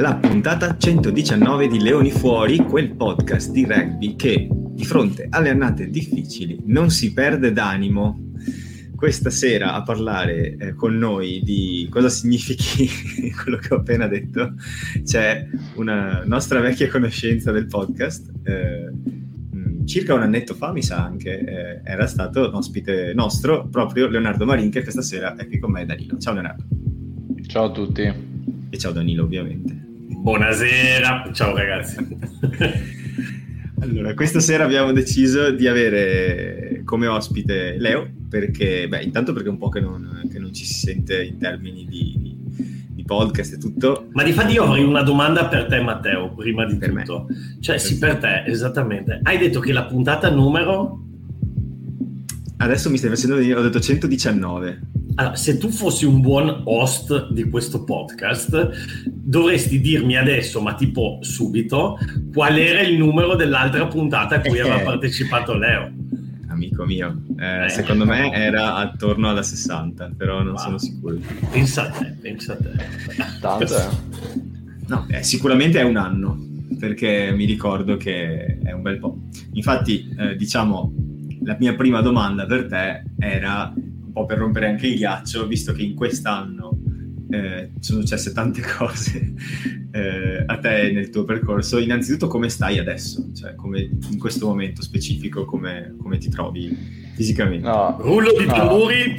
alla puntata 119 di Leoni Fuori, quel podcast di rugby che di fronte alle annate difficili non si perde d'animo. Questa sera a parlare con noi di cosa significhi quello che ho appena detto c'è una nostra vecchia conoscenza del podcast, circa un annetto fa mi sa anche, era stato un ospite nostro proprio Leonardo Marin, che questa sera è qui con me, Danilo. Ciao Leonardo. Ciao a tutti. E ciao Danilo, ovviamente. Buonasera, ciao ragazzi. Allora, questa sera abbiamo deciso di avere come ospite Leo, perché, intanto perché è un po' che non ci si sente in termini di podcast e tutto. Ma difatti io avrei una domanda per te, Matteo, prima di per tutto. Me. Cioè, sì, per te, esattamente. Hai detto che la puntata numero... Adesso mi stai facendo venire, ho detto 119. Allora, se tu fossi un buon host di questo podcast, dovresti dirmi adesso, ma tipo subito, qual era il numero dell'altra puntata a cui aveva partecipato Leo. Amico mio, secondo me era attorno alla 60, però non sono sicuro. Pensa a te. Tanto No, sicuramente è un anno, perché mi ricordo che è un bel po'. Infatti, diciamo, la mia prima domanda per te era un po' per rompere anche il ghiaccio, visto che in quest'anno sono successe tante cose a te nel tuo percorso. Innanzitutto, come stai adesso? Cioè, come in questo momento specifico, come ti trovi fisicamente? No, Rullo di tamburi.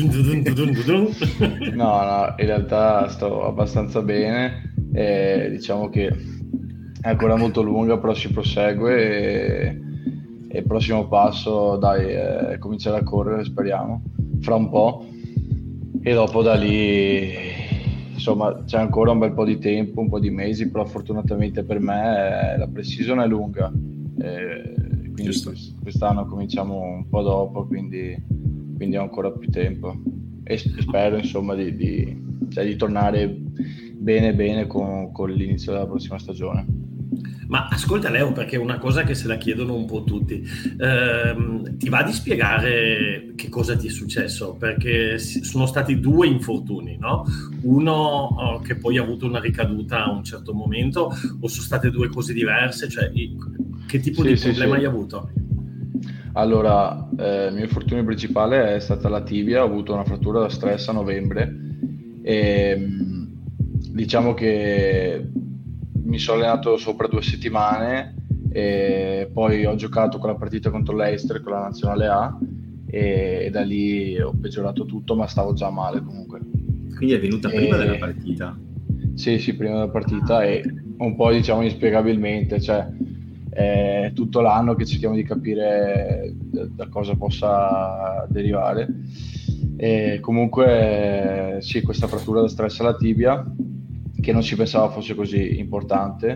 No, in realtà sto abbastanza bene. Diciamo che è ancora molto lunga, però si prosegue e il prossimo passo, è cominciare a correre, speriamo, fra un po'. E dopo da lì, insomma, c'è ancora un bel po' di tempo, un po' di mesi, però fortunatamente per me la pre-season è lunga. Quindi quest'anno cominciamo un po' dopo, quindi ho ancora più tempo. E spero, insomma, di tornare bene con l'inizio della prossima stagione. Ma ascolta Leo, perché è una cosa che se la chiedono un po' tutti, ti va di spiegare che cosa ti è successo? Perché sono stati 2 infortuni, no? Uno che poi ha avuto una ricaduta a un certo momento, o sono state 2 cose diverse? Cioè, che tipo di problema hai avuto? Allora, il mio infortunio principale è stata la tibia. Ho avuto una frattura da stress a novembre e diciamo che mi sono allenato sopra 2 settimane e poi ho giocato quella partita contro l'Eister con la nazionale A e da lì ho peggiorato tutto, ma stavo già male comunque. Quindi è venuta prima della partita? Sì, prima della partita e un po', diciamo, inspiegabilmente, cioè è tutto l'anno che cerchiamo di capire da cosa possa derivare. E comunque sì, questa frattura da stress alla tibia, che non si pensava fosse così importante,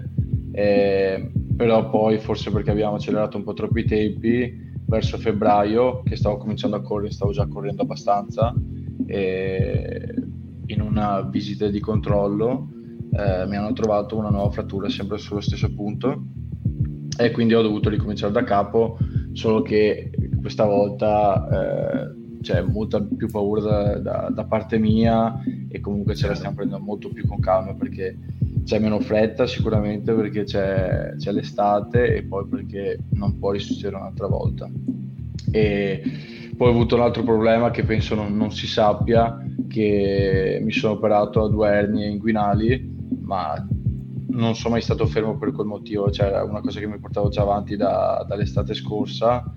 però poi forse perché abbiamo accelerato un po' troppo i tempi, verso febbraio, che stavo cominciando a correre, stavo già correndo abbastanza, e in una visita di controllo mi hanno trovato una nuova frattura sempre sullo stesso punto e quindi ho dovuto ricominciare da capo, solo che questa volta c'è molta più paura da parte mia e comunque ce la stiamo prendendo molto più con calma, perché c'è meno fretta sicuramente, perché c'è l'estate e poi perché non può risuccedere un'altra volta. E poi ho avuto un altro problema che penso non si sappia, che mi sono operato a 2 ernie inguinali, ma non sono mai stato fermo per quel motivo, cioè era una cosa che mi portavo già avanti dall'estate scorsa.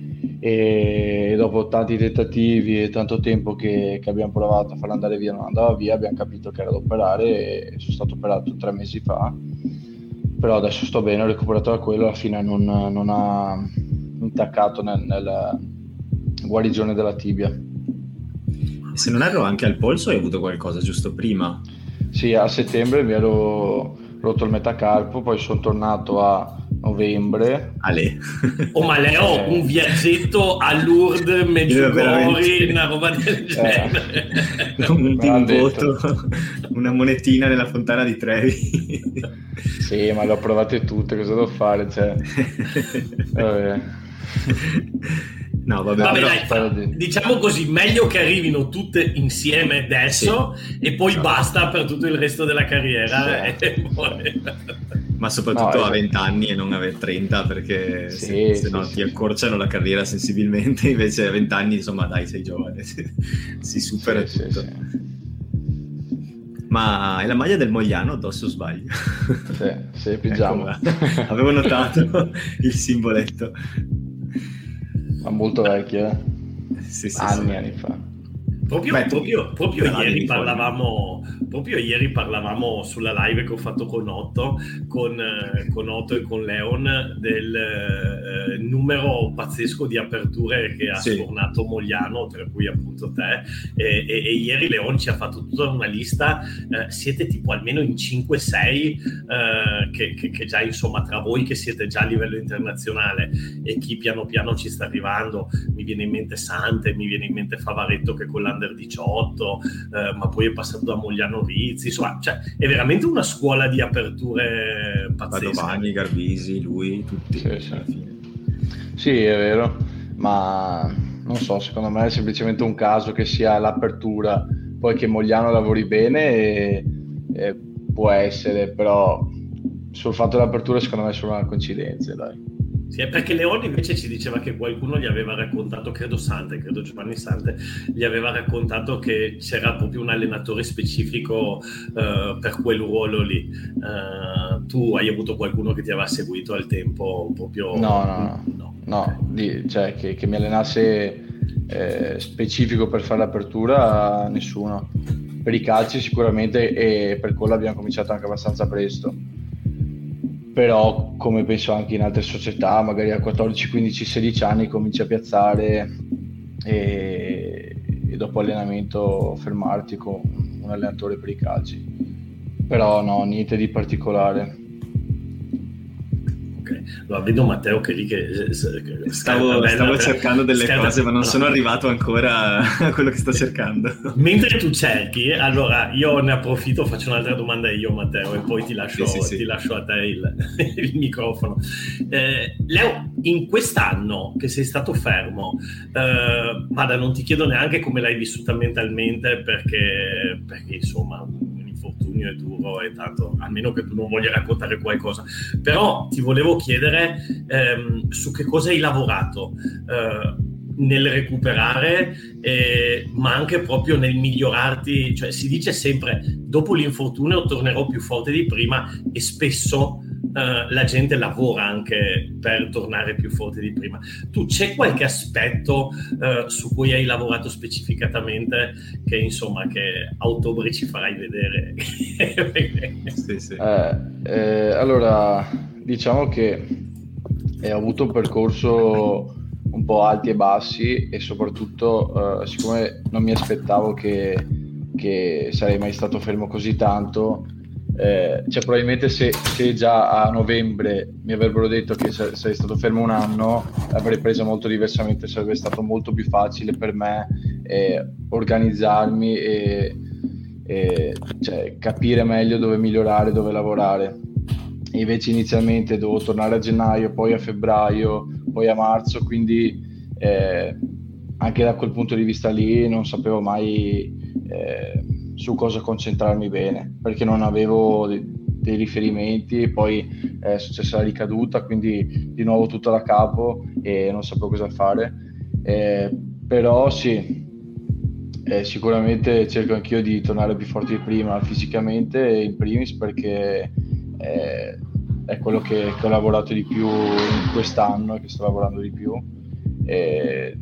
E dopo tanti tentativi e tanto tempo che abbiamo provato a farla andare via, non andava via, abbiamo capito che era da operare e sono stato operato 3 mesi fa, però adesso sto bene, ho recuperato da quello, alla fine non ha intaccato nella guarigione della tibia. E se non erro anche al polso hai avuto qualcosa giusto prima? Sì, a settembre mi ero rotto il metacarpo, poi sono tornato a novembre. Ma Leo, un viaggetto a Lourdes, Medjugorje, una roba del genere. Un timboto, una monetina nella fontana di Trevi. Sì, ma le ho provate tutte, cosa devo fare? Cioè, vabbè. No, vabbè, dai, diciamo così, meglio che arrivino tutte insieme adesso e poi basta per tutto il resto della carriera. Ma soprattutto a 20 anni e non a 30, perché se no ti accorciano la carriera sensibilmente, invece a 20 anni, insomma, dai, sei giovane, si supera tutto. Sì. Ma è la maglia del Mogliano addosso, sbaglio? Sì, pigiama. Avevo notato il simboletto. Ma molto vecchio, anni fa. Proprio ieri parlavamo sulla live che ho fatto con Otto e con Leon del numero pazzesco di aperture che ha sfornato Mogliano, tra cui appunto te, e ieri Leon ci ha fatto tutta una lista. Siete tipo almeno in 5-6 che già, insomma, tra voi che siete già a livello internazionale e chi piano piano ci sta arrivando, mi viene in mente Sante, mi viene in mente Favaretto che con l'Under 18, ma poi è passato da Mogliano Rizzi, insomma, cioè, è veramente una scuola di aperture pazzesche. Padovani, Garbisi, lui, tutti. Sì, è vero, ma non so, secondo me è semplicemente un caso che sia l'apertura, poi che Mogliano lavori bene e può essere, però sul fatto dell'apertura secondo me è solo una coincidenza, dai. Sì, è perché Leone invece ci diceva che qualcuno gli aveva raccontato, credo Giovanni Sante, gli aveva raccontato che c'era proprio un allenatore specifico per quel ruolo lì. Tu hai avuto qualcuno che ti aveva seguito al tempo proprio? No, cioè che mi allenasse specifico per fare l'apertura, nessuno. Per i calci sicuramente, e per quello abbiamo cominciato anche abbastanza presto. Però, come penso anche in altre società, magari a 14, 15, 16 anni cominci a piazzare e dopo allenamento fermarti con un allenatore per i calci. Però no, niente di particolare. Allora, vedo Matteo che lì che stavo cercando delle cose, ma non sono arrivato ancora a quello che sto cercando. Mentre tu cerchi, allora io ne approfitto, faccio un'altra domanda io, Matteo, e poi ti lascio a te il microfono. Leo, in quest'anno che sei stato fermo, non ti chiedo neanche come l'hai vissuta mentalmente, perché insomma l'infortunio è duro e tanto, a meno che tu non voglia raccontare qualcosa, però ti volevo chiedere su che cosa hai lavorato nel recuperare, ma anche proprio nel migliorarti. Cioè, si dice sempre dopo l'infortunio tornerò più forte di prima, e spesso la gente lavora anche per tornare più forte di prima. Tu c'è qualche aspetto su cui hai lavorato specificatamente che insomma che a ottobre ci farai vedere? Sì. Allora, diciamo che ho avuto un percorso un po' alti e bassi, e soprattutto siccome non mi aspettavo che sarei mai stato fermo così tanto, cioè probabilmente se già a novembre mi avrebbero detto che sarei stato fermo un anno, l'avrei presa molto diversamente, sarebbe stato molto più facile per me organizzarmi e cioè, capire meglio dove migliorare, dove lavorare. E invece inizialmente dovevo tornare a gennaio, poi a febbraio, poi a marzo, quindi anche da quel punto di vista lì non sapevo mai su cosa concentrarmi bene, perché non avevo dei riferimenti, e poi è successa la ricaduta, quindi di nuovo tutto da capo e non sapevo cosa fare. Però sì, sicuramente cerco anch'io di tornare più forte di prima, fisicamente in primis, perché è quello che ho lavorato di più in quest'anno e che sto lavorando di più, e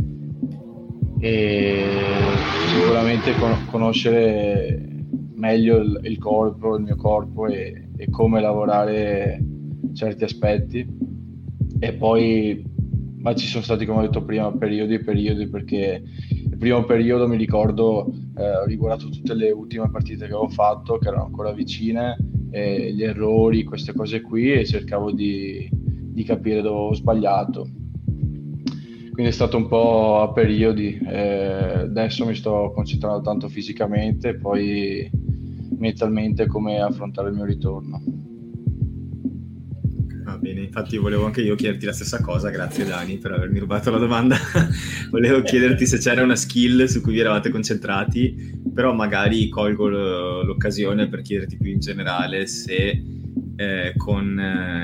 sicuramente conoscere meglio il mio corpo e come lavorare certi aspetti. E poi, ma ci sono stati, come ho detto prima, periodi e periodi, perché il primo periodo mi ricordo ho riguardato tutte le ultime partite che avevo fatto, che erano ancora vicine, gli errori, queste cose qui, e cercavo di capire dove ho sbagliato. Quindi è stato un po' a periodi. Adesso mi sto concentrando tanto fisicamente, poi mentalmente come affrontare il mio ritorno. Va bene, infatti volevo anche io chiederti la stessa cosa, grazie Dani per avermi rubato la domanda. Volevo chiederti se c'era una skill su cui vi eravate concentrati, però magari colgo l'occasione per chiederti più in generale se con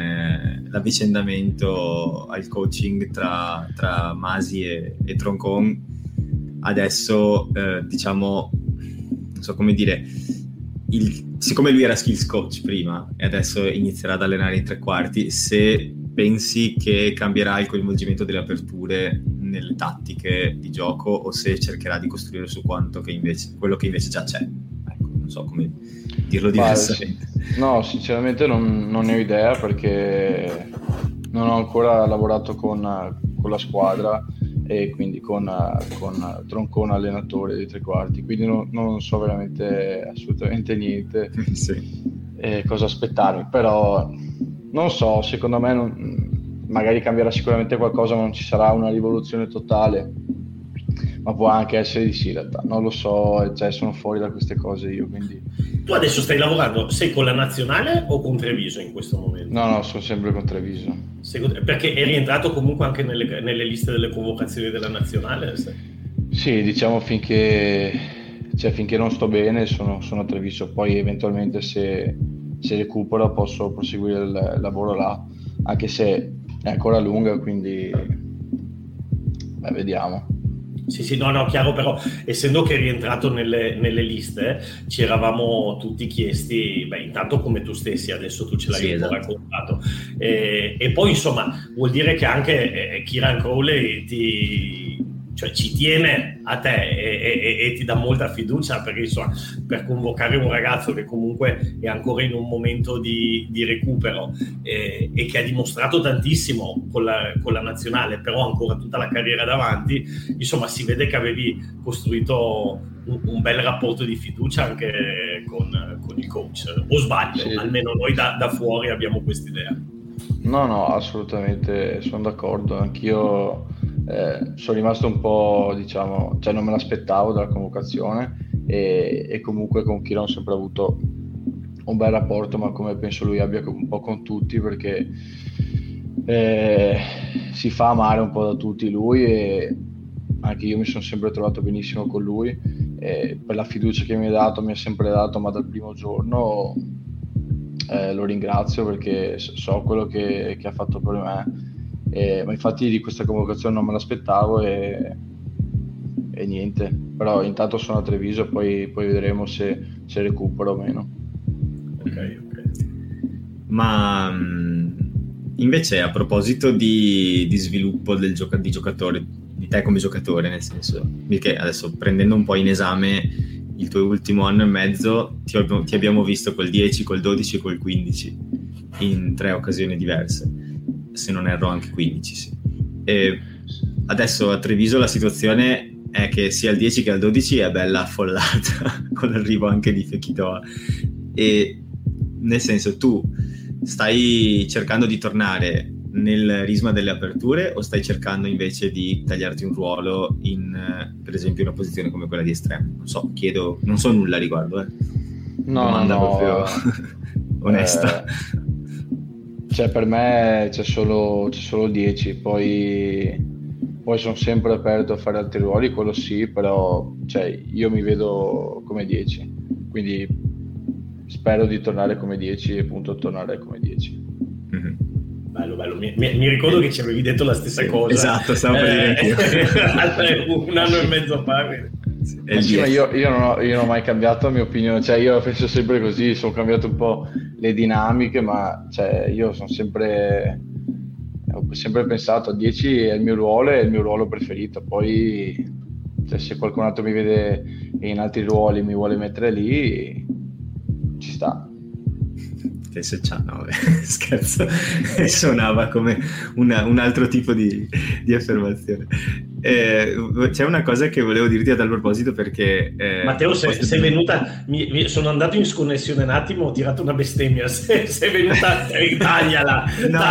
l'avvicendamento al coaching tra Masi e Troncon adesso, diciamo, non so come dire, siccome lui era skills coach prima e adesso inizierà ad allenare in 3/4, se pensi che cambierà il coinvolgimento delle aperture nelle tattiche di gioco o se cercherà di costruire su quello che invece già c'è. Ecco, non so come dirlo diversamente. No, sinceramente non ne ho idea, perché non ho ancora lavorato con la squadra e quindi con Troncone allenatore di 3/4, quindi non so veramente assolutamente niente sì. Cosa aspettarmi, però non so, secondo me magari cambierà sicuramente qualcosa, ma non ci sarà una rivoluzione totale, ma può anche essere di sì in realtà, non lo so, cioè sono fuori da queste cose io, quindi... Tu adesso stai lavorando, sei con la nazionale o con Treviso in questo momento? No, sono sempre con Treviso. Perché è rientrato comunque anche nelle liste delle convocazioni della nazionale? Sì, diciamo finché non sto bene sono a Treviso, poi eventualmente se recupero posso proseguire il lavoro là, anche se è ancora lunga, quindi vediamo. Sì, no, chiaro, però essendo che è rientrato nelle liste, ci eravamo tutti chiesti, intanto come tu stessi, adesso tu ce l'hai un po' raccontato, e poi insomma vuol dire che anche Kieran Crowley ci tiene a te e ti dà molta fiducia, perché insomma per convocare un ragazzo che comunque è ancora in un momento di recupero e che ha dimostrato tantissimo con la nazionale, però ha ancora tutta la carriera davanti, insomma si vede che avevi costruito un bel rapporto di fiducia anche con il coach, o sbaglio? Sì. Almeno noi da fuori abbiamo quest'idea. No, assolutamente sono d'accordo, anch'io sono rimasto un po', diciamo, cioè non me l'aspettavo dalla convocazione e comunque con Kieran ho sempre avuto un bel rapporto, ma come penso lui abbia un po' con tutti, perché si fa amare un po' da tutti lui, e anche io mi sono sempre trovato benissimo con lui, per la fiducia che mi ha sempre dato, ma dal primo giorno lo ringrazio, perché so quello che ha fatto per me. Ma infatti di questa convocazione non me l'aspettavo e niente, però intanto sono a Treviso, poi vedremo se recupero o meno. Ok. Ma invece a proposito di sviluppo di giocatore, di te come giocatore, nel senso, perché adesso prendendo un po' in esame il tuo ultimo anno e mezzo, ti abbiamo visto col 10, col 12 e col 15 in 3 occasioni diverse, se non erro anche 15, sì. E adesso a Treviso la situazione è che sia al 10 che al 12 è bella affollata con l'arrivo anche di Fekitoa, e nel senso, tu stai cercando di tornare nel risma delle aperture o stai cercando invece di tagliarti un ruolo in per esempio una posizione come quella di estremo? Non so, chiedo, non so nulla a riguardo, domanda proprio onesta. Cioè per me c'è solo 10, poi sono sempre aperto a fare altri ruoli, quello sì, però io mi vedo come 10, quindi spero di tornare come 10 e appunto tornare come 10. Mm-hmm. Bello. Mi ricordo che ci avevi detto la stessa cosa. Esatto, stavo per dire un anno e mezzo fa. Sì, ma io non ho mai cambiato la mia opinione, io penso sempre così, sono cambiato un po' le dinamiche, ma io ho sempre pensato a 10 è il mio ruolo preferito, poi se qualcun altro mi vede in altri ruoli mi vuole mettere lì, ci sta. Penso scherzo, suonava come un altro tipo di affermazione. C'è una cosa che volevo dirti a tal proposito, perché Matteo, sei venuta, sono andato in sconnessione un attimo, ho tirato una bestemmia, sei venuta, tagliala.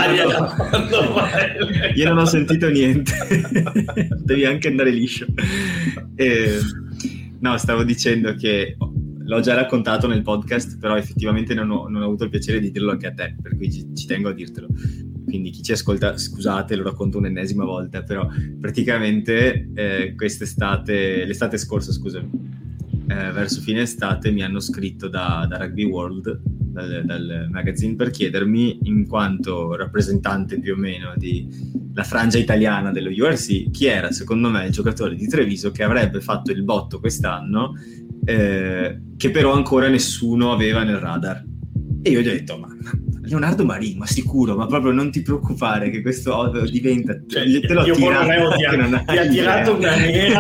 No. Io non ho sentito niente. Devi anche andare liscio. No, stavo dicendo che l'ho già raccontato nel podcast, però effettivamente non ho avuto il piacere di dirlo anche a te, per cui ci tengo a dirtelo. Quindi chi ci ascolta, scusate, lo racconto un'ennesima volta, però praticamente l'estate scorsa, scusami, verso fine estate mi hanno scritto da Rugby World, dal magazine, per chiedermi, in quanto rappresentante più o meno la frangia italiana dello URC, chi era secondo me il giocatore di Treviso che avrebbe fatto il botto quest'anno, che però ancora nessuno aveva nel radar. E io gli ho detto, ma Leonardo Marin, ma sicuro, ma proprio non ti preoccupare che questo diventa, cioè, te l'ho tirato, ti ha tirato una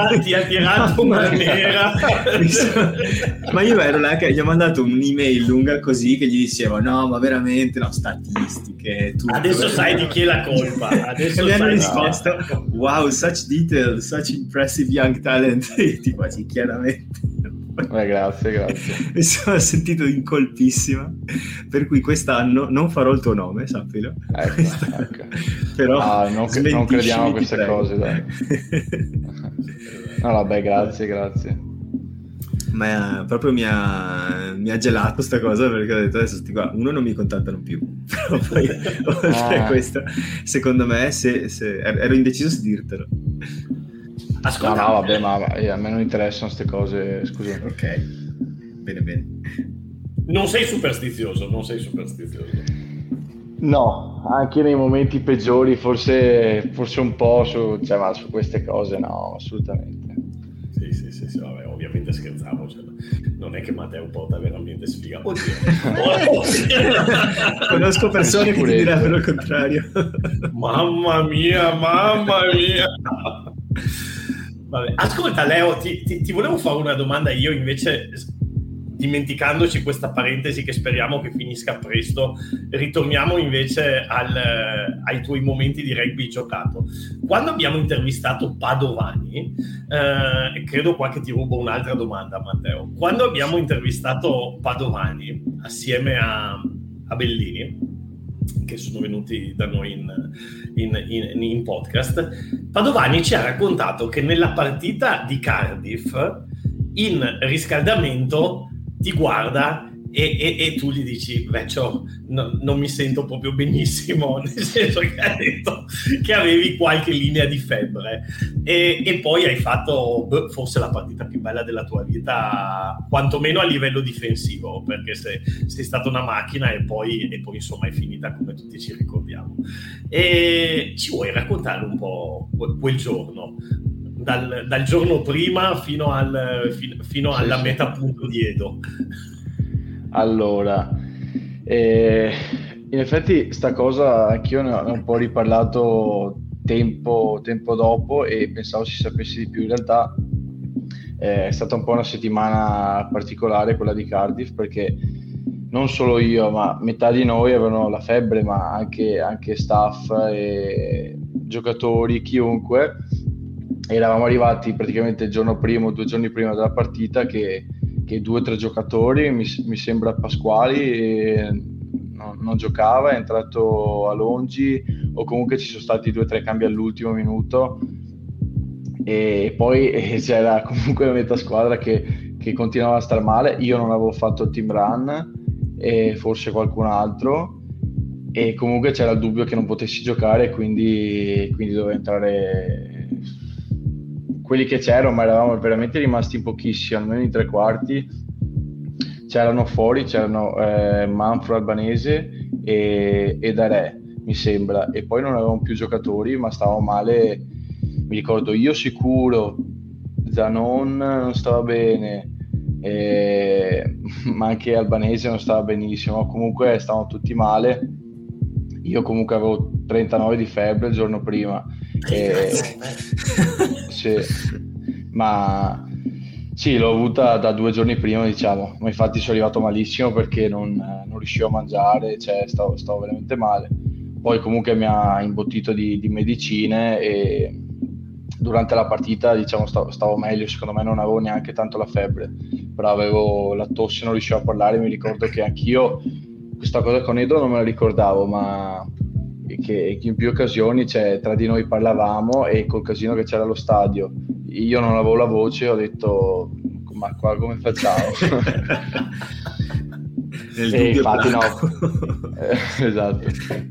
nera. Ma io ero là che gli ho mandato un'email lunga così, che gli dicevo no, ma veramente no, statistiche tutto. Adesso sai di chi è la colpa. Adesso mi hanno risposto wow, such detail, such impressive young talent. E tipo, sì, chiaramente. Grazie. Mi sono sentito in colpissima, per cui quest'anno non farò il tuo nome, sappilo. Ecco. Però non crediamo a queste cose, dai. No, vabbè, grazie. Ma proprio mi ha gelato sta cosa, perché ho detto adesso qua, uno, non mi contattano più, però poi oltre a questo, secondo me se ero indeciso se dirtelo. Ascolta, no, vabbè, ma a me non interessano queste cose, scusa. Ok, bene. Non sei superstizioso. No, anche nei momenti peggiori forse un po' ma su queste cose no, assolutamente. Sì, vabbè, ovviamente scherzavo, cioè, non è che Matteo porta veramente sfiga. Oddio. Conosco persone che ti direbbero il contrario. Mamma mia. Vabbè. Ascolta Leo, ti volevo fare una domanda io invece, dimenticandoci questa parentesi che speriamo che finisca presto, ritorniamo invece ai tuoi momenti di rugby giocato. Quando abbiamo intervistato Padovani, credo qua che ti rubo un'altra domanda, Matteo. Quando abbiamo intervistato Padovani assieme a Bellini, che sono venuti da noi in podcast, Padovani ci ha raccontato che nella partita di Cardiff, in riscaldamento, ti guarda e tu gli dici vecchio, non mi sento proprio benissimo, nel senso che ha detto che avevi qualche linea di febbre e poi hai fatto forse la partita più bella della tua vita, quantomeno a livello difensivo, perché sei stata una macchina e poi insomma è finita come tutti ci ricordiamo. E ci vuoi raccontare un po' quel giorno, dal giorno prima fino alla meta punto di Edo? Allora, in effetti sta cosa anch'io ne ho un po' riparlato tempo dopo e pensavo si sapesse di più. In realtà è stata un po' una settimana particolare quella di Cardiff, perché non solo io ma metà di noi avevano la febbre, ma anche staff e giocatori, chiunque. Eravamo arrivati praticamente il giorno prima o 2 giorni prima della partita che 2 o 3 giocatori, mi sembra Pasquali, non giocava, è entrato Alongi, o comunque ci sono stati 2 o 3 cambi all'ultimo minuto, e poi c'era comunque la metà squadra che continuava a star male. Io non avevo fatto il team run e forse qualcun altro, e comunque c'era il dubbio che non potessi giocare, quindi doveva entrare quelli che c'erano, ma eravamo veramente rimasti in pochissimi, almeno in 3/4. C'erano Manfro, Albanese e Dare, mi sembra, e poi non avevamo più giocatori, ma stavamo male. Mi ricordo io sicuro, Zanon non stava bene, ma anche Albanese non stava benissimo, comunque stavamo tutti male. Io comunque avevo 39 di febbre il giorno prima. Sì, ma sì, l'ho avuta da 2 giorni prima, diciamo, ma infatti sono arrivato malissimo perché non riuscivo a mangiare, cioè stavo veramente male. Poi comunque mi ha imbottito di medicine e durante la partita, diciamo, stavo meglio. Secondo me non avevo neanche tanto la febbre, però avevo la tosse, non riuscivo a parlare. Mi ricordo che anch'io questa cosa con Edo non me la ricordavo, ma che in più occasioni, cioè, tra di noi parlavamo, e col casino che c'era allo stadio io non avevo la voce, ho detto ma qua come facciamo? E infatti no, esatto.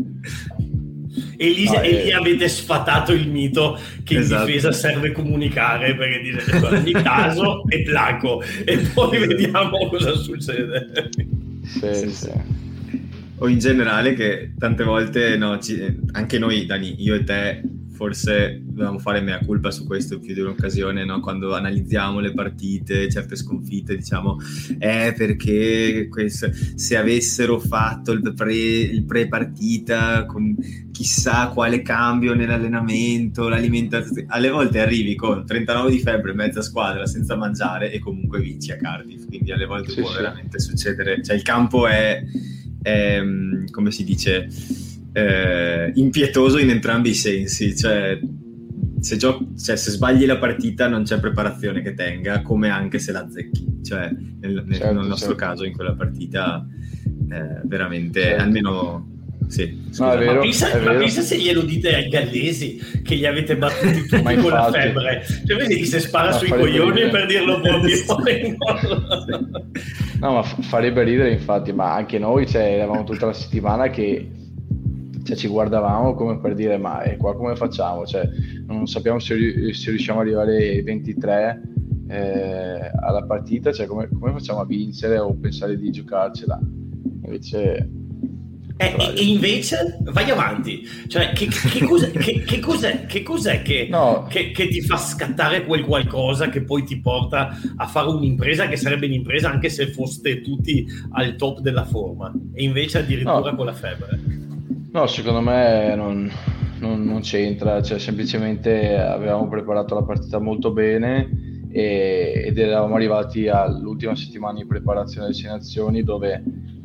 E lì avete sfatato il mito che in difesa serve comunicare, perché dice in ogni caso è blanco e poi vediamo cosa succede. Sì. O in generale che tante volte anche noi, Dani, io e te forse dobbiamo fare mea culpa su questo più di un'occasione, no? Quando analizziamo le partite, certe sconfitte, diciamo perché se avessero fatto il pre-partita con chissà quale cambio nell'allenamento, l'alimentazione, alle volte arrivi con 39 di febbre, mezza squadra senza mangiare e comunque vinci a Cardiff, quindi alle volte può veramente succedere, cioè il campo è come si dice, impietoso in entrambi i sensi, cioè se sbagli la partita non c'è preparazione che tenga, come anche se la azzecchi, cioè nel nostro caso in quella partita veramente almeno sì. No, è vero, ma pensa se glielo dite ai gallesi che li avete battuti tutti con la febbre, cioè vedi che se spara sui coglioni per dirlo proprio. No, ma farebbe ridere infatti, ma anche noi eravamo tutta la settimana che ci guardavamo come per dire ma qua come facciamo, cioè non sappiamo se riusciamo ad arrivare ai 23 alla partita, cioè come facciamo a vincere o pensare di giocarcela, invece e invece vai avanti, cioè che cos'è che ti fa scattare quel qualcosa che poi ti porta a fare un'impresa che sarebbe un'impresa anche se foste tutti al top della forma, e invece addirittura con la febbre? No, secondo me non c'entra, cioè semplicemente avevamo preparato la partita molto bene ed eravamo arrivati all'ultima settimana di preparazione delle 6 nazioni dove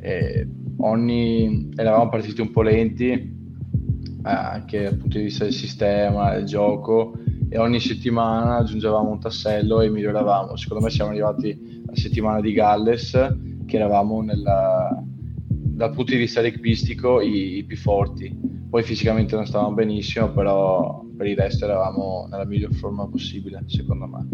eravamo partiti un po' lenti anche dal punto di vista del sistema, del gioco, e ogni settimana aggiungevamo un tassello e miglioravamo. Secondo me siamo arrivati alla settimana di Galles che eravamo dal punto di vista rugbyistico i più forti, poi fisicamente non stavamo benissimo, però per il resto eravamo nella miglior forma possibile, secondo me.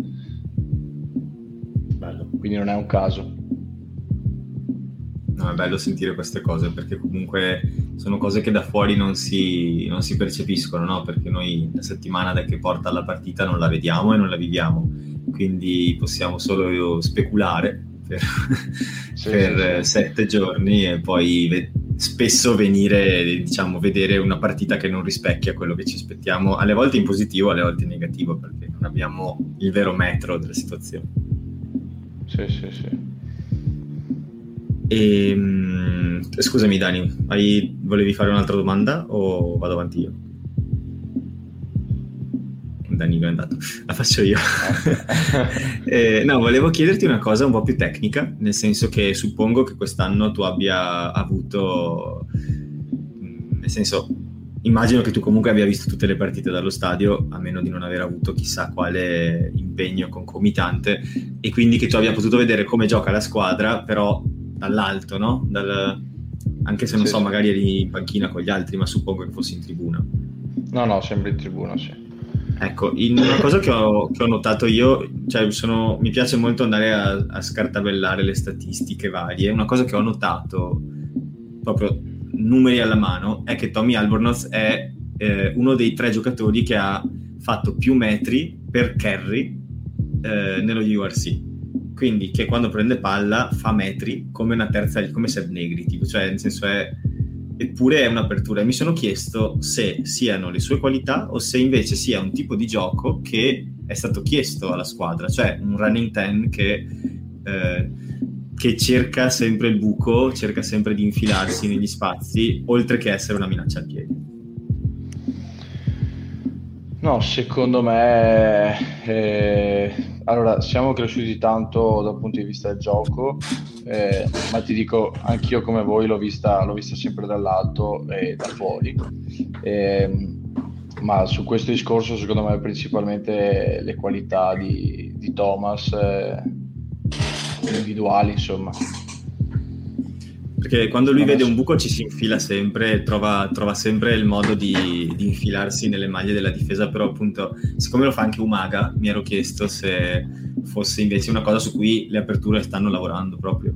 Bello. Quindi non è un caso. No, è bello sentire queste cose, perché comunque sono cose che da fuori non si percepiscono, no? Perché noi la settimana che porta alla partita non la vediamo e non la viviamo, quindi possiamo solo speculare per 7 giorni e poi spesso venire, diciamo, vedere una partita che non rispecchia quello che ci aspettiamo, alle volte in positivo, alle volte in negativo, perché non abbiamo il vero metro della situazione. Sì. Scusami Dani, volevi fare un'altra domanda o vado avanti io? Danilo è andato, la faccio io. No, volevo chiederti una cosa un po' più tecnica, nel senso che suppongo che quest'anno tu abbia avuto, nel senso, immagino che tu comunque abbia visto tutte le partite dallo stadio, a meno di non aver avuto chissà quale impegno concomitante, e quindi che tu abbia potuto vedere come gioca la squadra, però dall'alto, no? Anche se non so, magari eri in panchina con gli altri, ma suppongo che fossi in tribuna. No, sempre in tribuna, sì. Ecco, una cosa che ho notato io, cioè mi piace molto andare a scartabellare le statistiche varie. Una cosa che ho notato, proprio numeri alla mano, è che Tommy Albornoz è uno dei 3 giocatori che ha fatto più metri per carry nello URC. Quindi che quando prende palla fa metri come una terza, come Seb Negri, tipo, cioè nel senso eppure è un'apertura, e mi sono chiesto se siano le sue qualità o se invece sia un tipo di gioco che è stato chiesto alla squadra, cioè un running 10 che cerca sempre il buco, cerca sempre di infilarsi negli spazi, oltre che essere una minaccia al piede. No, secondo me allora siamo cresciuti tanto dal punto di vista del gioco, ma ti dico, anch'io come voi l'ho vista sempre dall'alto e da fuori, ma su questo discorso secondo me principalmente le qualità di Thomas individuali, insomma. Perché quando lui vede un buco ci si infila sempre, trova sempre il modo di infilarsi nelle maglie della difesa, però appunto siccome lo fa anche Umaga mi ero chiesto se fosse invece una cosa su cui le aperture stanno lavorando proprio.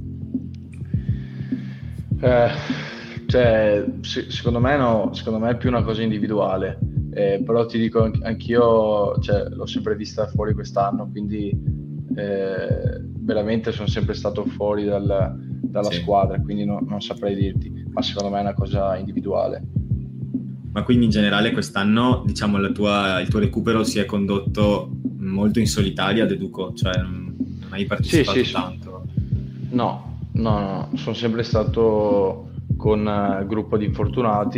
Cioè, secondo me no, secondo me è più una cosa individuale, però ti dico anch'io, cioè, l'ho sempre vista fuori quest'anno, quindi veramente sono sempre stato fuori dalla Sì. squadra, quindi non saprei dirti, ma secondo me è una cosa individuale. Ma quindi in generale quest'anno, diciamo, il tuo recupero si è condotto molto in solitaria, deduco, cioè non hai partecipato Sì. tanto? No, sono sempre stato con gruppo di infortunati,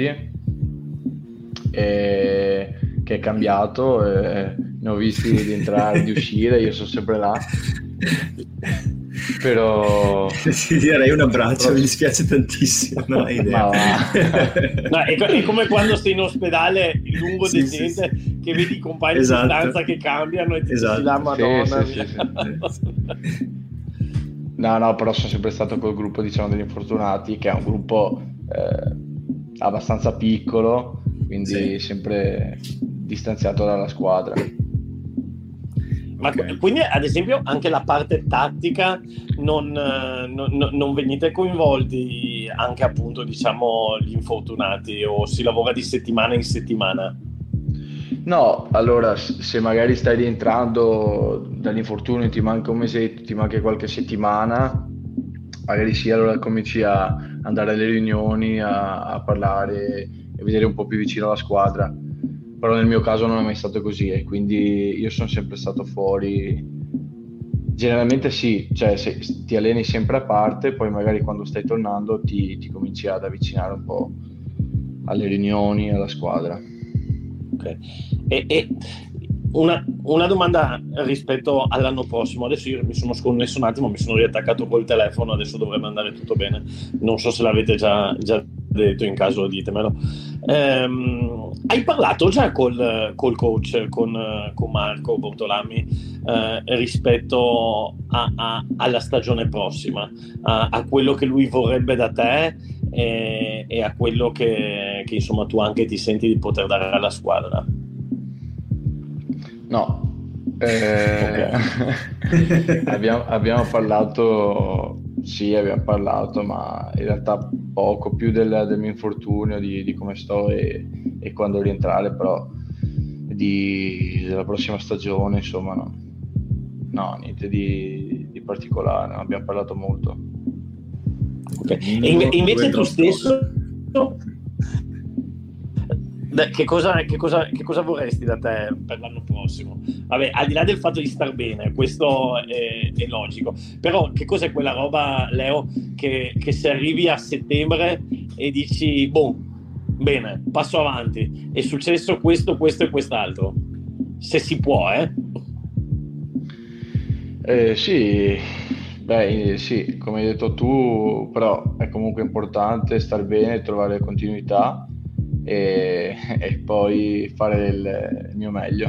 che è cambiato, ne ho visti di entrare, di uscire, io sono sempre là, però Ti direi un abbraccio, mi dispiace tantissimo, non hai idea. No, è come quando sei in ospedale lungo decidente, sì. Che vedi i compagni di stanza che cambiano e ti dici la Madonna. Sì. No, però sono sempre stato col gruppo, diciamo, degli infortunati, che è un gruppo abbastanza piccolo, quindi sempre distanziato dalla squadra. Ma quindi, ad esempio, anche la parte tattica non venite coinvolti, anche appunto, diciamo, gli infortunati, o si lavora di settimana in settimana? No, allora, se magari stai rientrando dall'infortunio, ti manca un mesetto, ti manca qualche settimana, magari sì, allora cominci a andare alle riunioni, a parlare e vedere un po' più vicino la squadra. Però nel mio caso non è mai stato così, e quindi io sono sempre stato fuori. Generalmente sì, cioè se ti alleni sempre a parte, poi magari quando stai tornando ti cominci ad avvicinare un po' alle riunioni, alla squadra. Okay. E una domanda rispetto all'anno prossimo. Adesso io mi sono sconnesso un attimo, mi sono riattaccato col telefono, adesso dovrebbe andare tutto bene. Non so se l'avete già detto, in caso ditemelo. Hai parlato già col coach, con Marco Bortolami, rispetto alla stagione prossima, a quello che lui vorrebbe da te e a quello che insomma tu anche ti senti di poter dare alla squadra? No, Okay. abbiamo parlato, ma in realtà poco, più del mio infortunio, di come sto e quando rientrare, però della prossima stagione, insomma, no, niente di particolare, non abbiamo parlato molto. Okay. E invece tu stesso che cosa vorresti da te per l'anno prossimo? Vabbè, al di là del fatto di star bene, questo è logico, però che cos'è quella roba, Leo, che se arrivi a settembre e dici bene, passo avanti, è successo questo e quest'altro, se si può, Sì, sì, come hai detto tu, però è comunque importante star bene, trovare continuità e poi fare il mio meglio.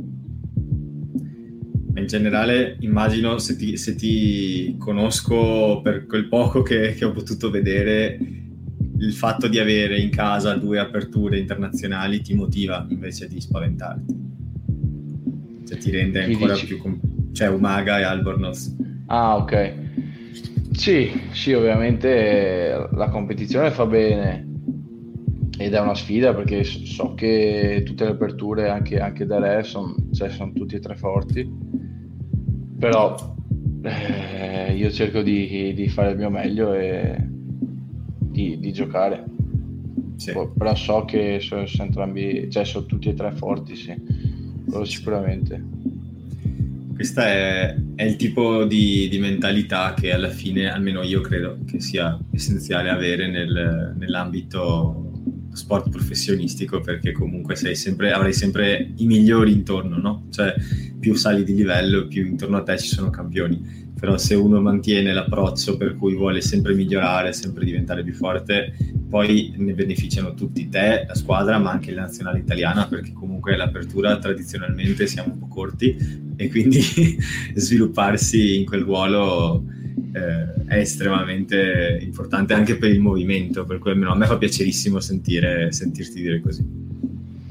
In generale, immagino, se ti conosco per quel poco che ho potuto vedere, il fatto di avere in casa 2 aperture internazionali ti motiva invece di spaventarti, cioè ti rende ancora più cioè Umaga e Albornoz. Ah, ok. Sì, ovviamente la competizione fa bene ed è una sfida, perché so che tutte le aperture, anche da Re, sono tutti e 3 forti, però io cerco di fare il mio meglio e di giocare. Sì. Però so che sono entrambi, cioè sono tutti e 3 forti, sì, quello sicuramente. Questa è il tipo di mentalità che alla fine, almeno io credo che sia essenziale avere nell'ambito sport professionistico, perché comunque avrai sempre i migliori intorno, no? Cioè più sali di livello, più intorno a te ci sono campioni. Però se uno mantiene l'approccio per cui vuole sempre migliorare, sempre diventare più forte, poi ne beneficiano tutti, te, la squadra, ma anche la nazionale italiana, perché comunque l'apertura tradizionalmente siamo un po' corti e quindi svilupparsi in quel ruolo è estremamente importante anche per il movimento, per cui almeno a me fa piacerissimo sentirti dire così.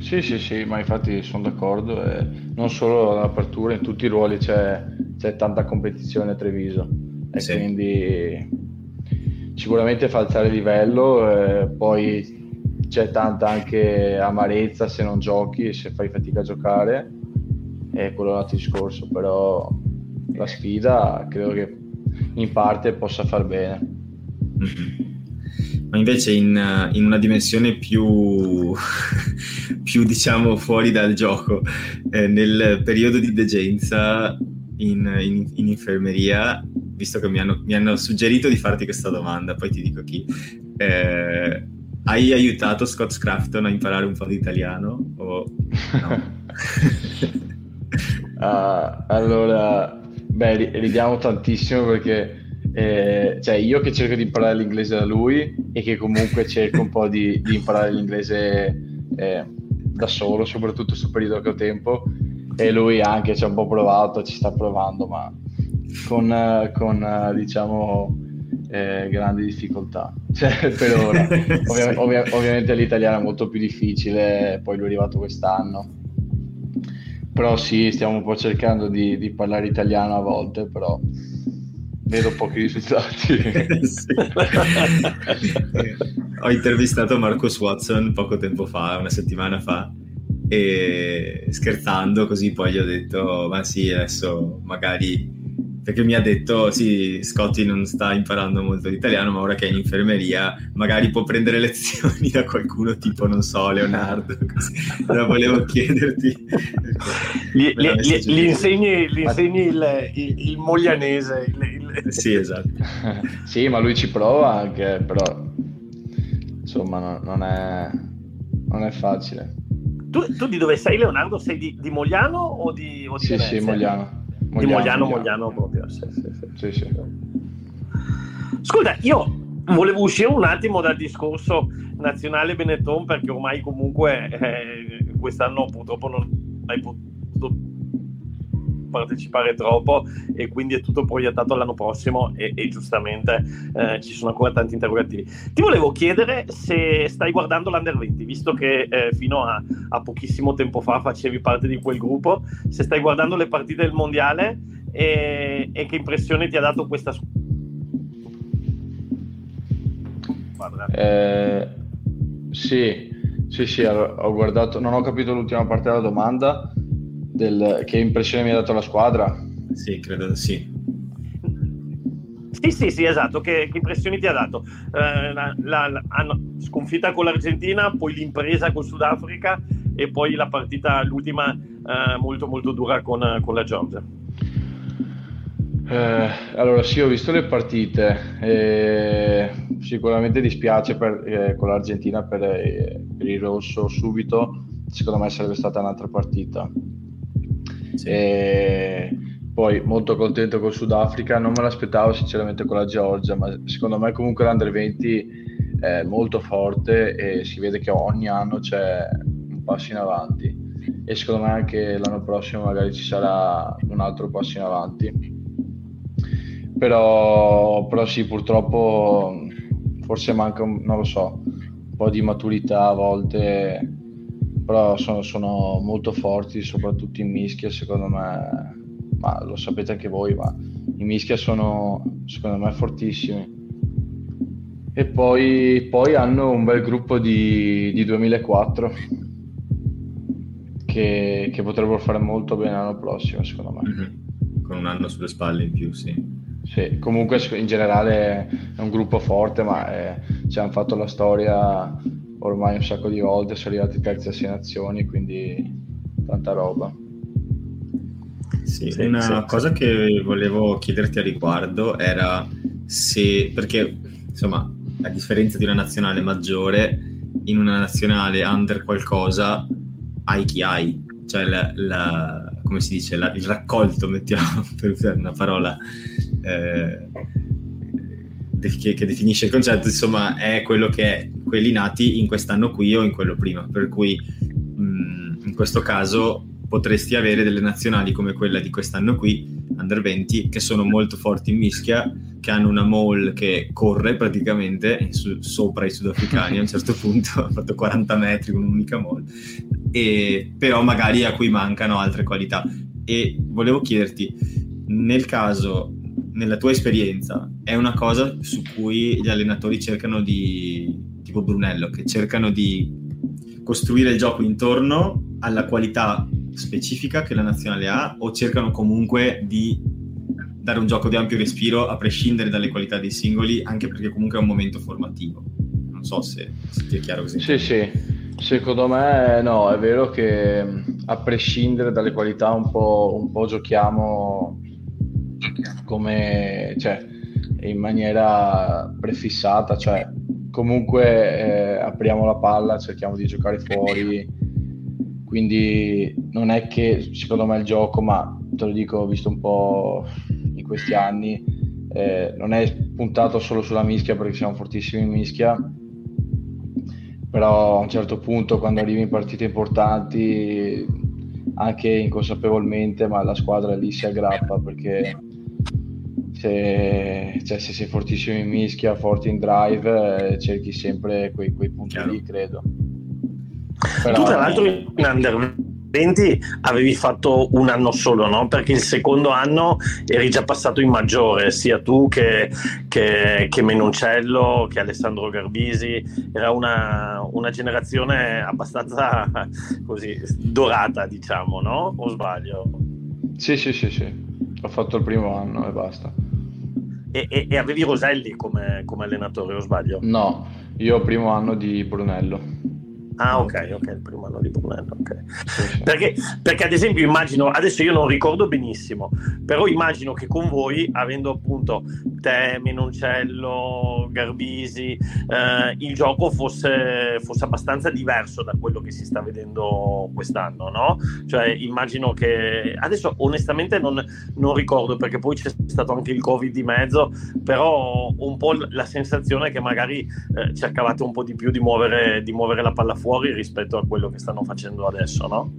Sì, ma infatti sono d'accordo, non solo all'apertura, in tutti i ruoli c'è tanta competizione a Treviso, e Sì. quindi sicuramente fa alzare il livello, poi c'è tanta anche amarezza se non giochi, se fai fatica a giocare, e quello è un altro discorso, però la sfida credo che in parte possa far bene. Mm-hmm. Ma invece in una dimensione più diciamo fuori dal gioco, nel periodo di degenza in infermeria, visto che mi hanno suggerito di farti questa domanda, poi ti dico chi, hai aiutato Scott Scrafton a imparare un po' di italiano o no? Allora, ridiamo tantissimo perché cioè io che cerco di imparare l'inglese da lui e che comunque cerco un po' di imparare l'inglese da solo, soprattutto questo periodo che ho tempo, e lui anche ci ha un po' provato, ci sta provando, ma con diciamo grandi difficoltà, cioè, per ora. Ovviamente l'italiano è molto più difficile, poi lui è arrivato quest'anno, però sì, stiamo un po' cercando di parlare italiano a volte, però vedo pochi risultati. Sì. Ho intervistato Marcus Watson poco tempo fa, una settimana fa, e scherzando così poi gli ho detto ma sì, adesso magari, perché mi ha detto sì, Scotty non sta imparando molto l'italiano, ma ora che è in infermeria magari può prendere lezioni da qualcuno tipo, non so, Leonardo, così. Allora volevo chiederti, gli insegni il moglianese, Sì, esatto. Sì, ma lui ci prova anche, però insomma non è facile. Tu di dove sei, Leonardo? Sei di Mogliano o di Sì, Venezia? sì, Mogliano. Di Mogliano proprio. Sì. Sì. Scusa, io volevo uscire un attimo dal discorso nazionale Benetton, perché ormai comunque quest'anno purtroppo non hai potuto partecipare troppo e quindi è tutto proiettato all'anno prossimo e giustamente ci sono ancora tanti interrogativi. Ti volevo chiedere se stai guardando l'Under 20, visto che fino a pochissimo tempo fa facevi parte di quel gruppo, se stai guardando le partite del mondiale e che impressione ti ha dato questa squadra? Sì, ho guardato, non ho capito l'ultima parte della domanda. Che impressione mi ha dato la squadra? Sì, credo sì. Sì, esatto. Che impressioni ti ha dato? Sconfitta con l'Argentina, poi l'impresa col Sudafrica e poi la partita, l'ultima, molto molto dura con la Georgia. Allora sì, ho visto le partite, sicuramente dispiace con l'Argentina per il rosso subito, secondo me sarebbe stata un'altra partita. Sì. E poi molto contento col Sudafrica, non me l'aspettavo sinceramente con la Georgia, ma secondo me comunque l'Under 20 è molto forte e si vede che ogni anno c'è un passo in avanti e secondo me anche l'anno prossimo magari ci sarà un altro passo in avanti, però sì, purtroppo forse manca non lo so, un po' di maturità a volte, però sono molto forti, soprattutto in mischia secondo me, ma lo sapete anche voi, ma in mischia sono secondo me fortissimi. E poi hanno un bel gruppo di 2004 che potrebbero fare molto bene l'anno prossimo secondo me. Mm-hmm. Con un anno sulle spalle in più, sì. Sì, comunque in generale è un gruppo forte, ma ci hanno fatto la storia ormai un sacco di volte, sono arrivati terzi a 6 nazioni, quindi tanta roba. Sì, una cosa che volevo chiederti a riguardo era se, perché insomma a differenza di una nazionale maggiore, in una nazionale under qualcosa hai chi hai, cioè come si dice, il raccolto, mettiamo per una parola che definisce il concetto, insomma è quello che è, quelli nati in quest'anno qui o in quello prima, per cui in questo caso potresti avere delle nazionali come quella di quest'anno qui, Under 20, che sono molto forti in mischia, che hanno una maul che corre praticamente sopra i sudafricani a un certo punto, ha fatto 40 metri con un'unica maul, e però magari a cui mancano altre qualità. E volevo chiederti, nel caso, nella tua esperienza, è una cosa su cui gli allenatori cercano tipo Brunello, che cercano di costruire il gioco intorno alla qualità specifica che la nazionale ha, o cercano comunque di dare un gioco di ampio respiro a prescindere dalle qualità dei singoli, anche perché comunque è un momento formativo? Non so se ti è chiaro così. Sì, secondo me no, è vero che a prescindere dalle qualità un po' giochiamo come, cioè, in maniera prefissata, cioè comunque apriamo la palla, cerchiamo di giocare fuori, quindi non è che secondo me il gioco, ma te lo dico, ho visto un po' in questi anni, non è puntato solo sulla mischia, perché siamo fortissimi in mischia, però a un certo punto, quando arrivi in partite importanti, anche inconsapevolmente, ma la squadra lì si aggrappa, perché se sei fortissimo in mischia, forte in drive, cerchi sempre quei punti lì, credo. Però, tu tra l'altro in Under 20 avevi fatto un anno solo, no? Perché il secondo anno eri già passato in maggiore, sia tu che Menoncello, che Alessandro Garbisi. Era una generazione abbastanza così dorata, diciamo, no? O sbaglio? Sì, ho fatto il primo anno e basta. E avevi Roselli come allenatore, o sbaglio? No, io ho primo anno di Brunello. Ah, ok, il primo anno di Brunello, ok. Sì. Perché ad esempio immagino, adesso io non ricordo benissimo, però immagino che con voi, avendo appunto te, Menoncello, Garbisi, il gioco fosse abbastanza diverso da quello che si sta vedendo quest'anno, no? Cioè immagino che, adesso onestamente non ricordo, perché poi c'è stato anche il Covid di mezzo, però ho un po' la sensazione che magari cercavate un po' di più di muovere la palla fuori rispetto a quello che stanno facendo adesso, no?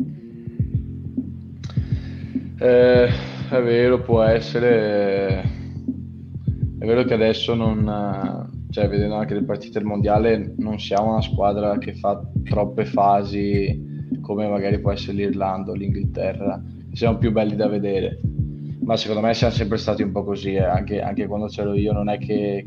È vero, può essere. È vero che adesso cioè, vedendo anche le partite del mondiale, non siamo una squadra che fa troppe fasi come magari può essere l'Irlanda o l'Inghilterra, siamo più belli da vedere, ma secondo me siamo sempre stati un po' così, anche quando c'ero io, non è che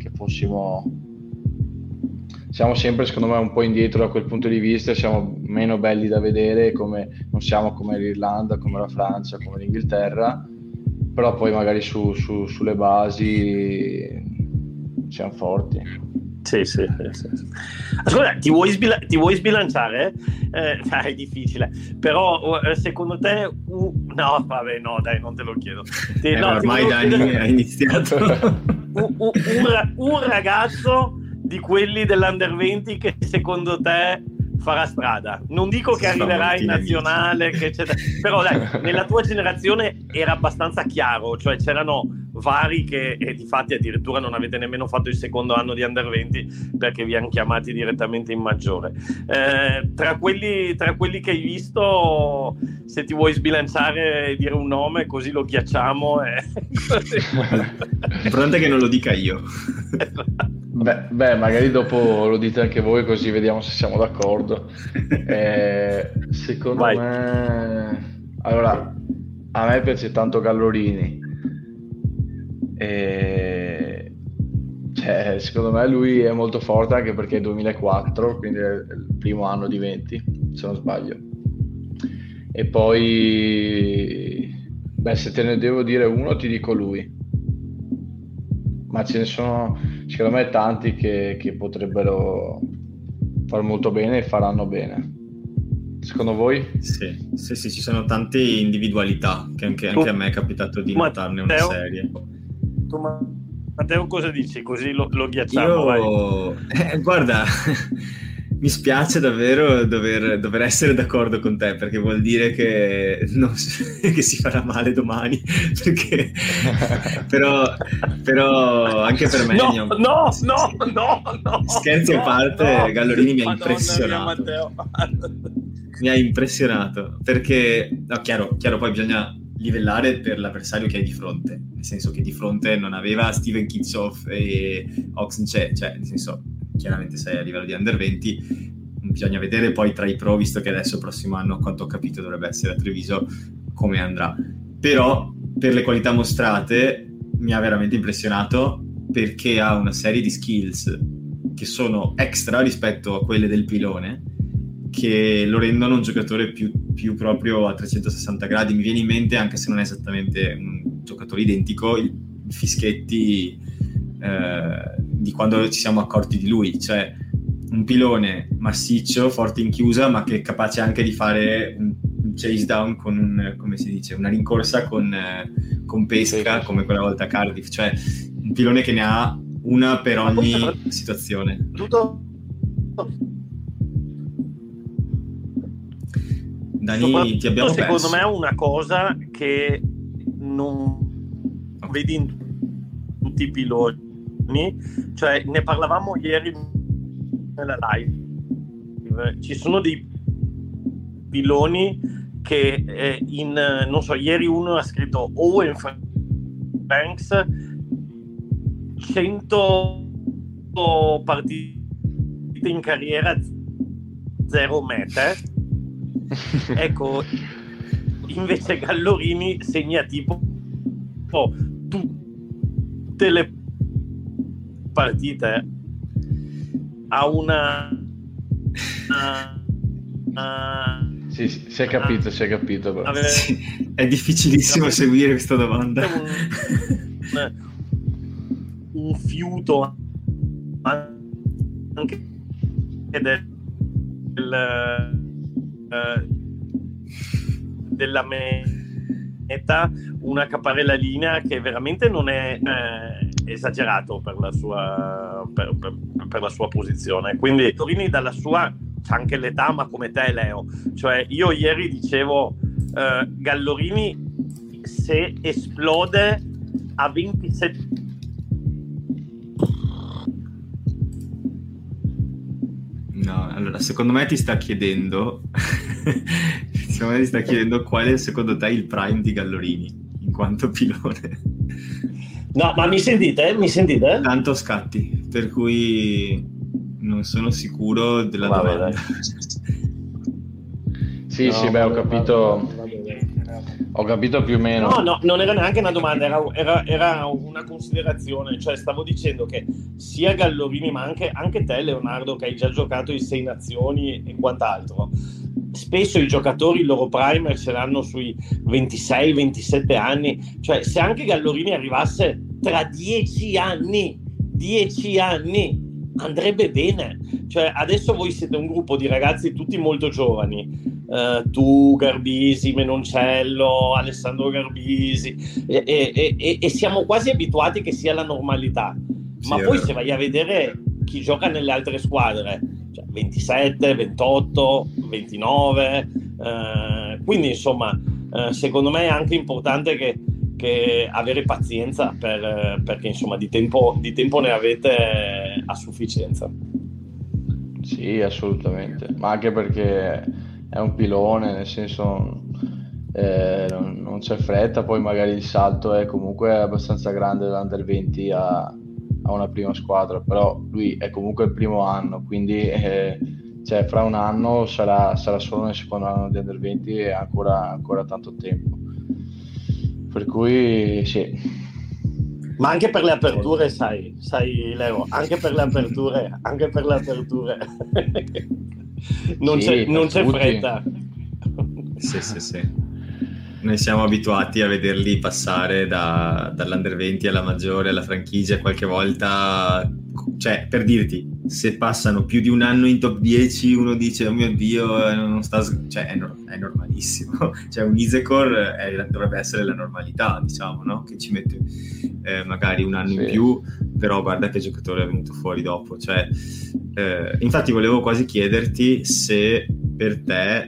siamo sempre, secondo me, un po' indietro da quel punto di vista, siamo meno belli da vedere, non siamo come l'Irlanda, come la Francia, come l'Inghilterra, però poi magari sulle basi siamo forti. Sì. Ascolta, ti vuoi sbilanciare? È difficile, però secondo te no, vabbè, no, dai, non te lo chiedo. Ormai Dani ha iniziato. un ragazzo di quelli dell'Under 20 che secondo te farà strada. Non dico che arriverà in nazionale, però dai, nella tua generazione era abbastanza chiaro, cioè c'erano vari che difatti addirittura non avete nemmeno fatto il secondo anno di Under 20 perché vi hanno chiamati direttamente in maggiore. Tra quelli che hai visto, se ti vuoi sbilanciare e dire un nome così lo ghiacciamo L'importante è che non lo dica io. Beh, magari dopo lo dite anche voi, così vediamo se siamo d'accordo. Secondo me, allora, a me piace tanto Gallorini, cioè, secondo me lui è molto forte, anche perché è 2004, quindi è il primo anno di 20, se non sbaglio. E poi, se te ne devo dire uno, ti dico lui, ma ce ne sono secondo me tanti che potrebbero far molto bene e faranno bene. Secondo voi? Sì, ci sono tante individualità che anche a me è capitato di notarne una serie. Tu, Matteo, cosa dici? Così lo ghiacciamo. Guarda, mi spiace davvero dover essere d'accordo con te, perché vuol dire che si farà male domani, perché però anche per me no. Scherzi a parte, Gallorini mi ha impressionato. Mi ha impressionato, perché chiaro, poi bisogna livellare per l'avversario che hai di fronte, nel senso che di fronte non aveva Steven Kitshoff e Oxenche, cioè nel senso, chiaramente sei a livello di Under 20, bisogna vedere poi tra i pro, visto che adesso il prossimo anno, a quanto ho capito, dovrebbe essere a Treviso, come andrà. Però per le qualità mostrate mi ha veramente impressionato, perché ha una serie di skills che sono extra rispetto a quelle del pilone, che lo rendono un giocatore più proprio a 360 gradi. Mi viene in mente, anche se non è esattamente un giocatore identico, il Fischetti di quando ci siamo accorti di lui, cioè un pilone massiccio, forte in chiusa, ma che è capace anche di fare un chase down con come si dice, una rincorsa con pesca, come quella volta a Cardiff, cioè un pilone che ne ha una per ogni situazione. Tutto Dani, ti abbiamo secondo perso. me è una cosa che non vedi in tutti i piloni, cioè ne parlavamo ieri nella live. Ci sono dei piloni che non so, ieri uno ha scritto Owen Franks 100 partite in carriera, 0 mete. Ecco, invece Gallorini segna tipo tutte le partite, ha una Sì, si è capito però. Sì, è difficilissimo seguire questa domanda. Un fiuto anche della meta, una caparella linea che veramente non è esagerato per la sua per la sua posizione. Quindi Torini dalla sua c'ha anche l'età, ma come te Leo, cioè io ieri dicevo Gallorini se esplode a 27 no, allora secondo me ti sta chiedendo qual è secondo te il prime di Gallorini in quanto pilone. No, ma mi sentite? Tanto scatti, per cui non sono sicuro della domanda. Sì, ho capito più o meno. No, non era neanche una domanda, era una considerazione. Cioè, stavo dicendo che sia Gallorini, ma anche te, Leonardo, che hai già giocato in 6 nazioni e quant'altro, spesso i giocatori il loro primer ce l'hanno sui 26-27 anni. Cioè, se anche Gallorini arrivasse tra 10 anni andrebbe bene. Cioè, adesso voi siete un gruppo di ragazzi tutti molto giovani, tu, Garbisi, Menoncello, Alessandro Garbisi, e siamo quasi abituati che sia la normalità. Ma poi se vai a vedere chi gioca nelle altre squadre, cioè 27, 28, 29, quindi insomma secondo me è anche importante che avere pazienza, perché insomma di tempo ne avete a sufficienza. Sì, assolutamente, ma anche perché è un pilone, nel senso non c'è fretta, poi magari il salto è comunque abbastanza grande dall'Under 20 a una prima squadra, però lui è comunque il primo anno, quindi cioè, fra un anno sarà solo nel secondo anno di Under 20 e ancora tanto tempo, per cui sì. Ma anche per le aperture, sai Leo, anche per le aperture non c'è fretta. Sì. Noi siamo abituati a vederli passare dall'Under 20 alla maggiore, alla franchigia, qualche volta, cioè per dirti, se passano più di un anno in top 10 uno dice oh mio Dio, non sta, cioè è normalissimo, cioè un Isecor dovrebbe essere la normalità, diciamo, no? Che ci mette magari un anno in più, però guarda che giocatore è venuto fuori dopo, cioè infatti volevo quasi chiederti se per te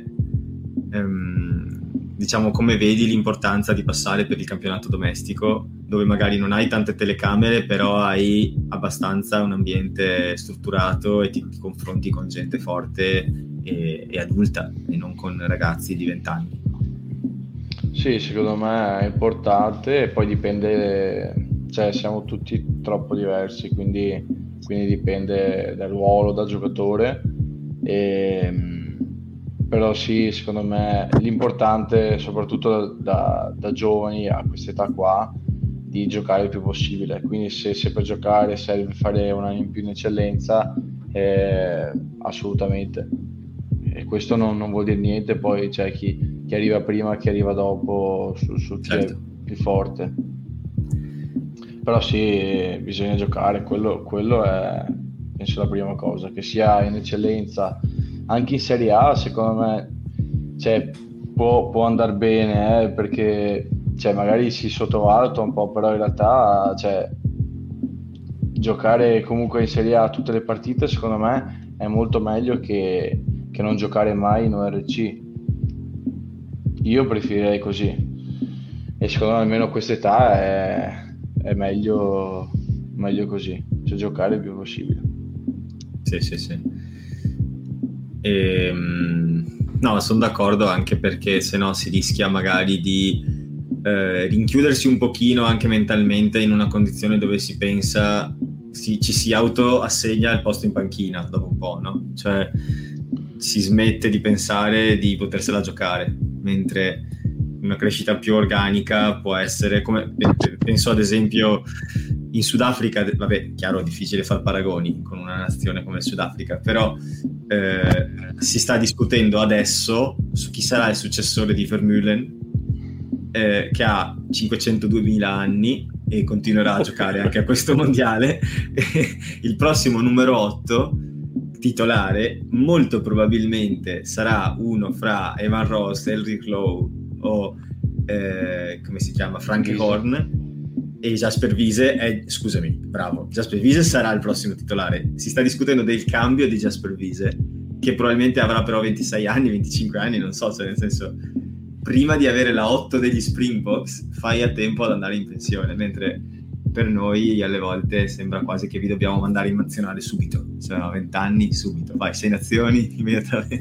diciamo come vedi l'importanza di passare per il campionato domestico, dove magari non hai tante telecamere, però hai abbastanza un ambiente strutturato e ti confronti con gente forte e adulta e non con ragazzi di 20 anni. Sì, secondo me è importante, e poi dipende, cioè siamo tutti troppo diversi, quindi dipende dal ruolo da giocatore Però sì, secondo me l'importante, soprattutto da giovani a quest'età qua, di giocare il più possibile. Quindi se per giocare serve fare un anno in più in eccellenza, assolutamente. E questo non vuol dire niente, poi c'è chi arriva prima, chi arriva dopo, su chi è più forte. Però sì, bisogna giocare, quello è, penso, la prima cosa, che sia in eccellenza. Anche in Serie A, secondo me, cioè, può andare bene, perché magari si sottovaluta un po', però in realtà giocare comunque in Serie A tutte le partite, secondo me, è molto meglio che non giocare mai in ORC. Io preferirei così, e secondo me almeno a quest'età è meglio così, cioè giocare il più possibile. Sì. No, sono d'accordo, anche perché sennò si rischia magari di rinchiudersi un pochino anche mentalmente in una condizione dove si pensa, ci si autoassegna il posto in panchina dopo un po', no? Cioè si smette di pensare di potersela giocare, mentre una crescita più organica può essere, come penso ad esempio in Sudafrica. Vabbè, chiaro, è difficile far paragoni con una nazione come il Sudafrica, però si sta discutendo adesso su chi sarà il successore di Vermeulen, che ha 502.000 anni e continuerà a giocare anche a questo mondiale. Il prossimo numero 8 titolare molto probabilmente sarà uno fra Evan Ross, Elric Lowe o come si chiama, Frankie Horn, e Jasper Wiese Jasper Wiese sarà il prossimo titolare. Si sta discutendo del cambio di Jasper Wiese, che probabilmente avrà però 26 anni, 25 anni, non so, nel senso, prima di avere la 8 degli Springboks fai a tempo ad andare in pensione, mentre per noi alle volte sembra quasi che vi dobbiamo mandare in nazionale subito, cioè a 20 anni subito, vai, 6 nazioni immediatamente.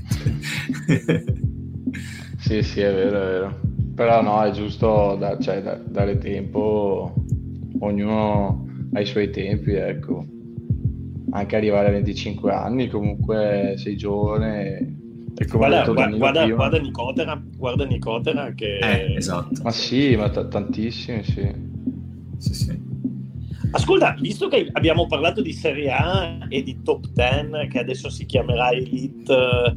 Sì, è vero. Però no, è giusto dare tempo, ognuno ha i suoi tempi, ecco. Anche arrivare a 25 anni, comunque sei giovane. E come guarda Nicotera che... esatto. Ma sì, ma tantissimi, sì. Ascolta, visto che abbiamo parlato di Serie A e di Top 10, che adesso si chiamerà Elite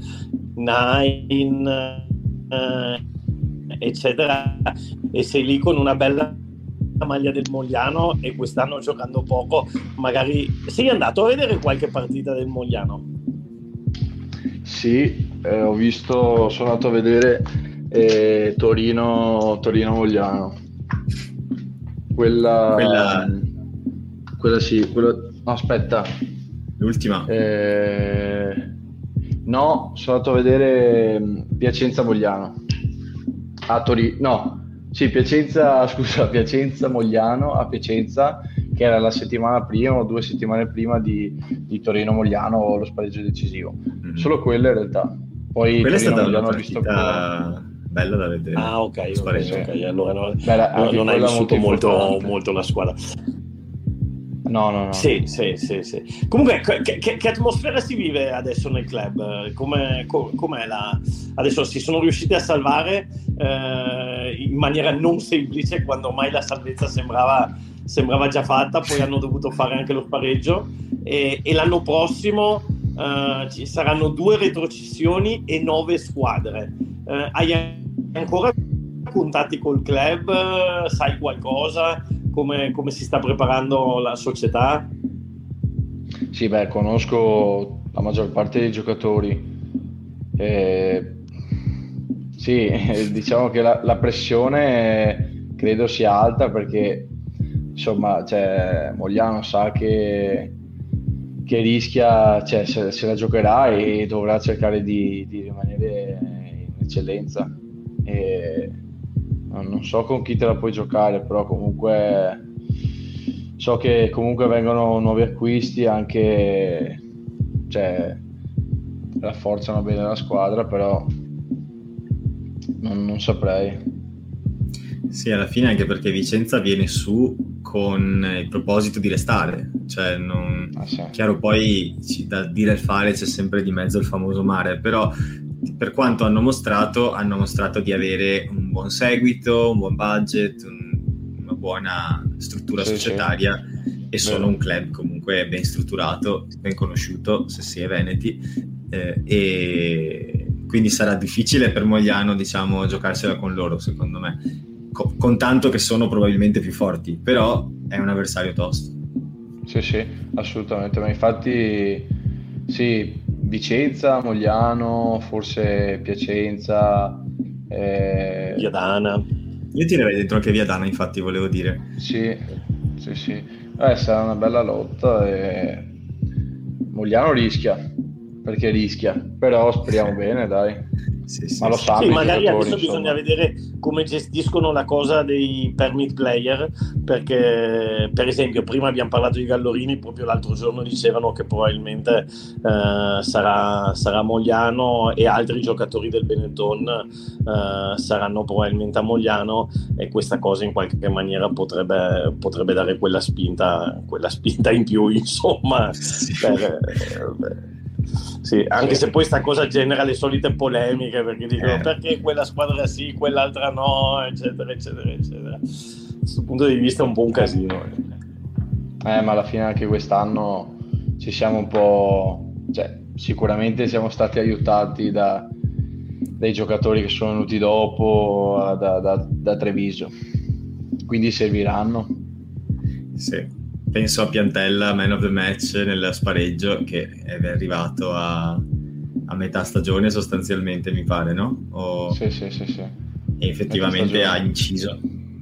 9, eccetera, e sei lì con una bella maglia del Mogliano e quest'anno giocando poco, magari sei andato a vedere qualche partita del Mogliano? Sì, sono andato a vedere Torino Mogliano, quella sì, no, aspetta, l'ultima. No, sono andato a vedere Piacenza Mogliano a Torino, no, sì, Piacenza Mogliano a Piacenza, che era la settimana prima o 2 settimane prima di Torino Mogliano, lo spareggio decisivo. Solo quella in realtà. Poi quella Torino è stata Mogliano una ho visto partita bella da vedere. Ah, ok, allora non hai vissuto molto la squadra. No. Sì. Comunque, che atmosfera si vive adesso nel club? Com'è adesso si sono riusciti a salvare in maniera non semplice, quando ormai la salvezza sembrava già fatta, poi hanno dovuto fare anche lo spareggio, e l'anno prossimo ci saranno 2 retrocessioni e 9 squadre. Hai ancora contatti col club? Sai qualcosa? Come si sta preparando la società? Sì, conosco la maggior parte dei giocatori. Sì, diciamo che la pressione credo sia alta, perché insomma, Mogliano sa che rischia, se la giocherà e dovrà cercare di rimanere in eccellenza. Non so con chi te la puoi giocare, però comunque so che comunque vengono nuovi acquisti, anche rafforzano bene la squadra, però non saprei. Sì, alla fine, anche perché Vicenza viene su con il proposito di restare, cioè chiaro, poi da dire e fare c'è sempre di mezzo il famoso mare, però per quanto hanno mostrato di avere un buon seguito, un buon budget, una buona struttura societaria, e sono un club comunque ben strutturato, ben conosciuto, se si è veneti, e quindi sarà difficile per Mogliano, diciamo, giocarsela con loro, secondo me, con tanto che sono probabilmente più forti, però è un avversario tosto. Sì, assolutamente, ma infatti sì, Vicenza, Mogliano, forse Piacenza, Viadana. Io tirerei dentro anche Viadana, infatti, volevo dire. Sì. Sarà una bella lotta, e Mogliano rischia, però speriamo bene, dai. Ma lo sanno. Sì, magari adesso bisogna vedere come gestiscono la cosa dei permit player, perché per esempio prima abbiamo parlato di Gallorini, proprio l'altro giorno dicevano che probabilmente sarà Mogliano, e altri giocatori del Benetton saranno probabilmente a Mogliano, e questa cosa in qualche maniera potrebbe dare quella spinta in più, insomma, sì, anche se poi sta cosa genera le solite polemiche, perché dicono perché quella squadra sì, quell'altra no, eccetera. Da questo punto di vista è un po' un casino. Ma alla fine anche quest'anno ci siamo un po', cioè sicuramente siamo stati aiutati dai giocatori che sono venuti dopo, da Treviso, quindi serviranno. Sì. Penso a Piantella, man of the match nel spareggio, che è arrivato a metà stagione sostanzialmente, mi pare, no? Sì. E effettivamente ha inciso.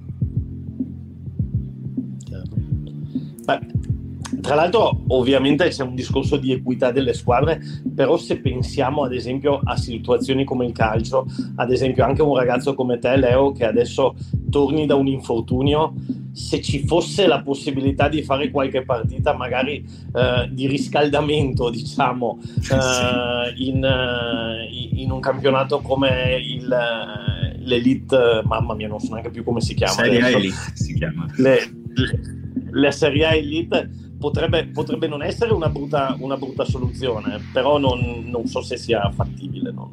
Tra l'altro ovviamente c'è un discorso di equità delle squadre, però se pensiamo ad esempio a situazioni come il calcio, ad esempio anche un ragazzo come te, Leo, che adesso torni da un infortunio, se ci fosse la possibilità di fare qualche partita magari di riscaldamento, diciamo, in un campionato come l'Elite, mamma mia, non so neanche più come si chiama. Serie A Elite si chiama. La Serie A Elite potrebbe non essere una brutta soluzione, però non so se sia fattibile, no?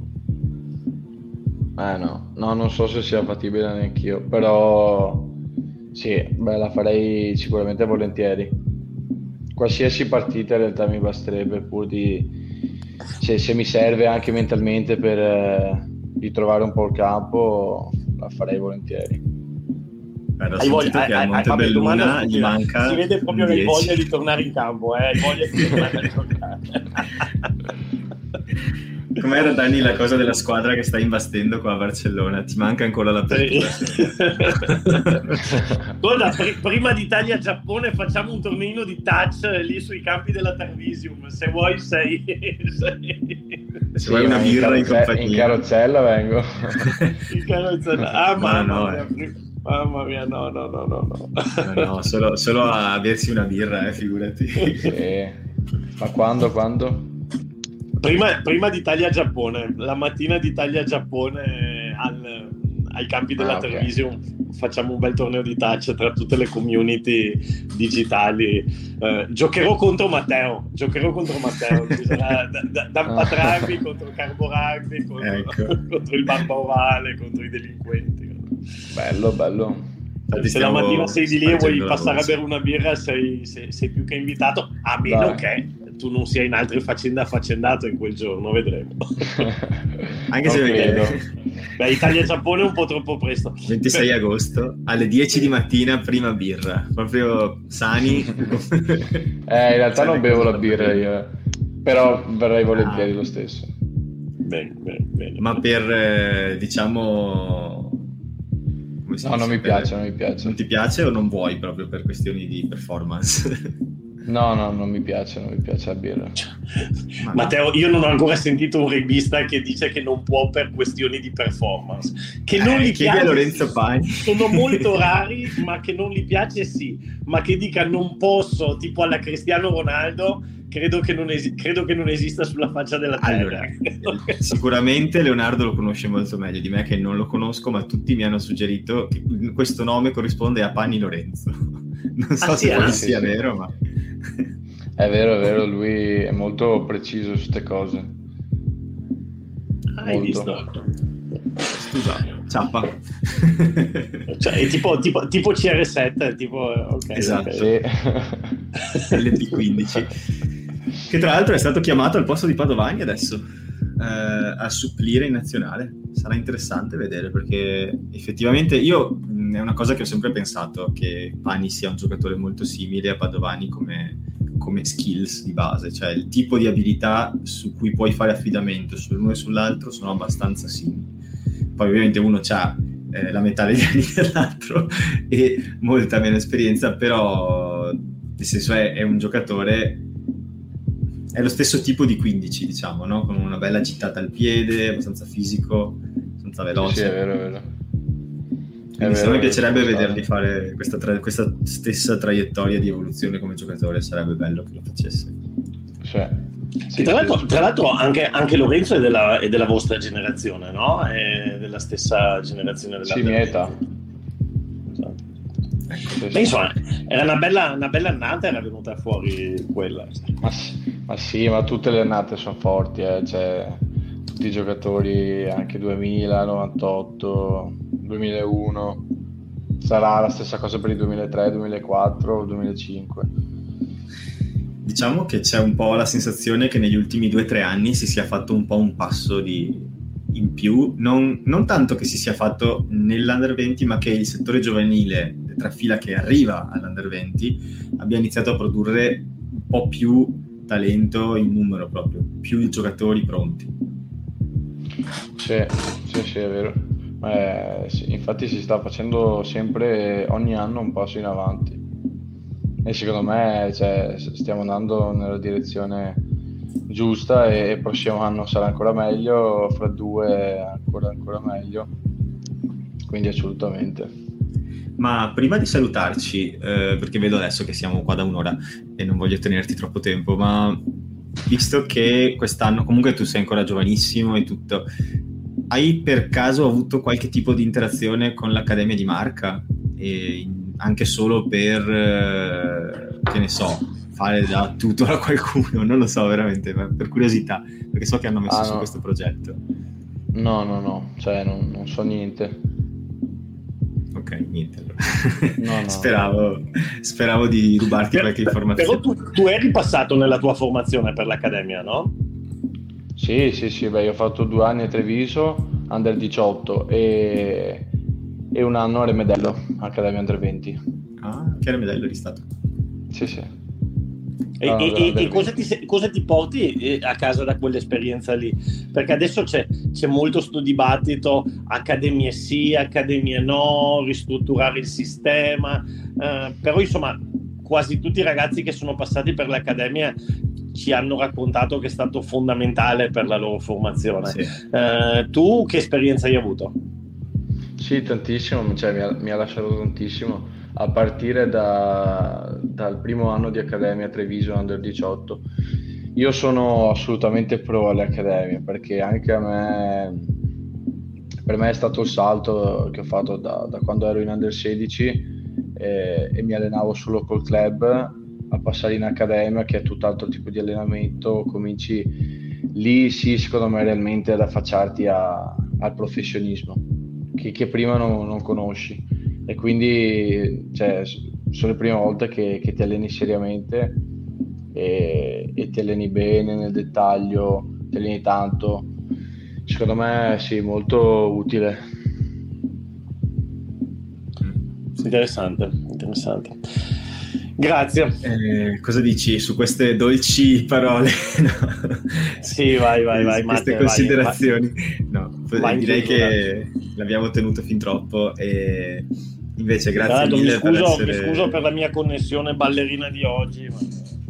No, non so se sia fattibile neanch'io, però sì, la farei sicuramente volentieri. Qualsiasi partita in realtà mi basterebbe, pur di se mi serve anche mentalmente per ritrovare un po' il campo, la farei volentieri. Hai voglia, che al Montebelluna gli manca, si vede proprio che hai voglia di tornare in campo, hai voglia di tornare a giocare. Com'era, Dani, la cosa della squadra che sta investendo qua a Barcellona? Ti manca ancora l'apertura? Guarda, prima di Italia-Giappone facciamo un torneino di touch lì sui campi della Tarvisium, se vuoi sei se vuoi una birra in compagnia. In carrozzella vengo. In carrozzella, mamma mia, no. No, solo a bersi una birra, figurati. Ma quando? Prima di Italia-Giappone, la mattina di Italia-Giappone ai campi della Tarvisium facciamo un bel torneo di touch tra tutte le community digitali. Giocherò contro Matteo, ci sarà Dampa Rugby contro Carbo Rugby, contro il Bamba Ovale, contro i delinquenti. Bello. Se la mattina sei di lì e vuoi passare a bere una birra, sei più che invitato, a meno che tu non sia in altri affaccendato in quel giorno, vedremo. Anche se vedo. Italia-Giappone è un po' troppo presto. 26 agosto alle 10 di mattina, prima birra, proprio sani. In realtà non bevo la birra io, però verrei volentieri lo stesso. Bene. Ma per diciamo, non mi piace. Non ti piace o non vuoi proprio per questioni di performance? No, non mi piace la birra. Matteo, io non ho ancora sentito un rugbista che dice che non può per questioni di performance, che non gli piace. Lorenzo Pani. Sono molto rari, ma che non gli piace sì, ma che dica non posso, tipo alla Cristiano Ronaldo, credo che non esista sulla faccia della terra. Allora, sicuramente Leonardo lo conosce molto meglio di me, che non lo conosco, ma tutti mi hanno suggerito che questo nome corrisponde a Pani Lorenzo. Non so se poi sia vero, ma... È vero, lui è molto preciso su queste cose. Hai visto? Scusa, ciappa. Cioè, è tipo CR7, tipo... Okay, esatto. Okay. Sì. LP15. Che tra l'altro è stato chiamato al posto di Padovani adesso a supplire in nazionale. Sarà interessante vedere, perché effettivamente io è una cosa che ho sempre pensato, che Pani sia un giocatore molto simile a Padovani come skills di base, cioè il tipo di abilità su cui puoi fare affidamento sull'uno e sull'altro sono abbastanza simili. Poi ovviamente uno ha la metà degli anni dell'altro e molta meno esperienza, però nel senso è un giocatore, è lo stesso tipo di 15, diciamo, no? Con una bella gittata al piede, abbastanza fisico, abbastanza veloce. Sì, è vero. Quindi se a me piacerebbe vederli fare questa stessa traiettoria di evoluzione come giocatore, sarebbe bello che lo facesse. Sì, tra l'altro anche Lorenzo è della vostra generazione, no? È della stessa generazione della mia età. Beh, insomma, era una bella annata, era venuta fuori quella. Ma sì, ma tutte le annate sono forti, cioè, tutti i giocatori, anche 2000, 98, 2001, sarà la stessa cosa per il 2003, 2004, 2005. Diciamo che c'è un po' la sensazione che negli ultimi 2 o 3 anni si sia fatto un po' un passo in più, non tanto che si sia fatto nell'Under 20, ma che il settore giovanile, trafila che arriva all'Under 20, abbia iniziato a produrre un po' più talento in numero, proprio più giocatori pronti. Sì, è vero. Sì, infatti si sta facendo sempre, ogni anno, un passo in avanti, e secondo me, cioè, stiamo andando nella direzione giusta, e il prossimo anno sarà ancora meglio, fra 2 ancora meglio, quindi assolutamente. Ma prima di salutarci, perché vedo adesso che siamo qua da un'ora e non voglio tenerti troppo tempo, ma visto che quest'anno comunque tu sei ancora giovanissimo e tutto, hai per caso avuto qualche tipo di interazione con l'Accademia di Marca? Anche solo per, che ne so, fare da tutor a qualcuno, non lo so veramente, ma per curiosità, perché so che hanno messo su questo progetto. No, cioè non so niente. Ok, niente allora. No. Speravo di rubarti qualche informazione. Però tu eri passato nella tua formazione per l'Accademia, no? Sì, beh, io ho fatto 2 anni a Treviso, Under 18, e 1 anno a Remedello, Accademia Under 20. Ah, che Remedello eri stato? Sì. E cosa ti porti a casa da quell'esperienza lì? Perché adesso c'è molto sto dibattito, accademie sì, accademie no, ristrutturare il sistema, però insomma quasi tutti i ragazzi che sono passati per l'Accademia ci hanno raccontato che è stato fondamentale per la loro formazione. Sì. Tu che esperienza hai avuto? Sì, tantissimo, cioè, mi ha lasciato tantissimo, a partire dal primo anno di Accademia a Treviso Under 18. Io sono assolutamente pro alle accademie, perché anche per me è stato il salto che ho fatto da quando ero in Under 16 e mi allenavo solo col club, a passare in accademia, che è tutt'altro tipo di allenamento. Cominci lì, sì, secondo me realmente ad affacciarti al professionismo che prima non conosci, e quindi, cioè, sono le prime volte che ti alleni seriamente e ti alleni bene nel dettaglio, ti alleni tanto. Secondo me sì, molto utile. Interessante. Grazie. Cosa dici su queste dolci parole? No. Sì, vai. Queste considerazioni. Vai, direi che l'abbiamo tenuto fin troppo, e invece grazie mille mi scuso per la mia connessione ballerina di oggi. Ma...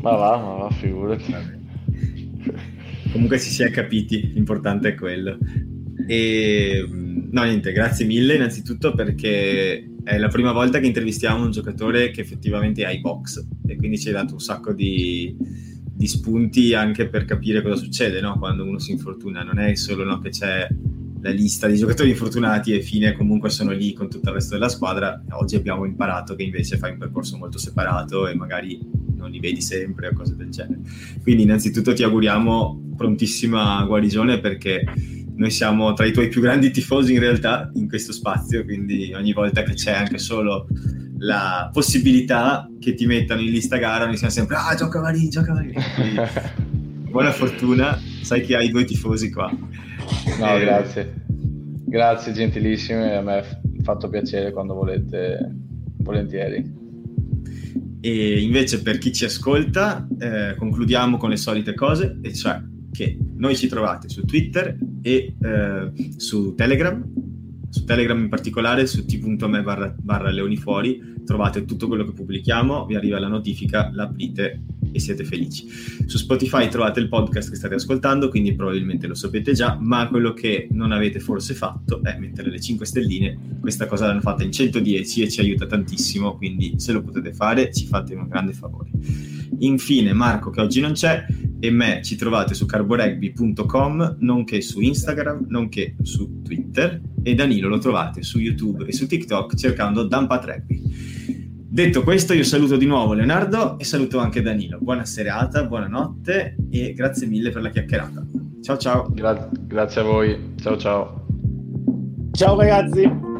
Ma va, figurati. Comunque ci si è capiti, l'importante è quello. E no, niente, grazie mille innanzitutto, perché è la prima volta che intervistiamo un giocatore che effettivamente ha i box, e quindi ci hai dato un sacco di spunti anche per capire cosa succede, no? Quando uno si infortuna. Non è solo, no, che c'è la lista di giocatori infortunati e fine, comunque sono lì con tutto il resto della squadra. Oggi abbiamo imparato che invece fai un percorso molto separato e magari non li vedi sempre o cose del genere. Quindi innanzitutto ti auguriamo prontissima guarigione, perché noi siamo tra i tuoi più grandi tifosi in realtà in questo spazio, quindi ogni volta che c'è anche solo la possibilità che ti mettano in lista gara noi siamo sempre gioca Marini. Buona fortuna, sai che hai 2 tifosi qua. No, grazie gentilissime, a me è fatto piacere, quando volete, volentieri. E invece per chi ci ascolta, concludiamo con le solite cose, e cioè che noi ci trovate su Twitter e su Telegram in particolare, su t.me/leonifuori trovate tutto quello che pubblichiamo, vi arriva la notifica, l'aprite e siete felici. Su Spotify trovate il podcast che state ascoltando, quindi probabilmente lo sapete già, ma quello che non avete forse fatto è mettere le 5 stelline. Questa cosa l'hanno fatta in 110 e ci aiuta tantissimo, quindi se lo potete fare ci fate un grande favore. Infine Marco, che oggi non c'è, e me ci trovate su carborugby.com, nonché su Instagram, nonché su Twitter, e Danilo lo trovate su YouTube e su TikTok cercando Dampat Rugby. Detto questo, io saluto di nuovo Leonardo e saluto anche Danilo. Buona serata, buonanotte e grazie mille per la chiacchierata. Ciao ciao. Grazie a voi, ciao. Ciao ragazzi.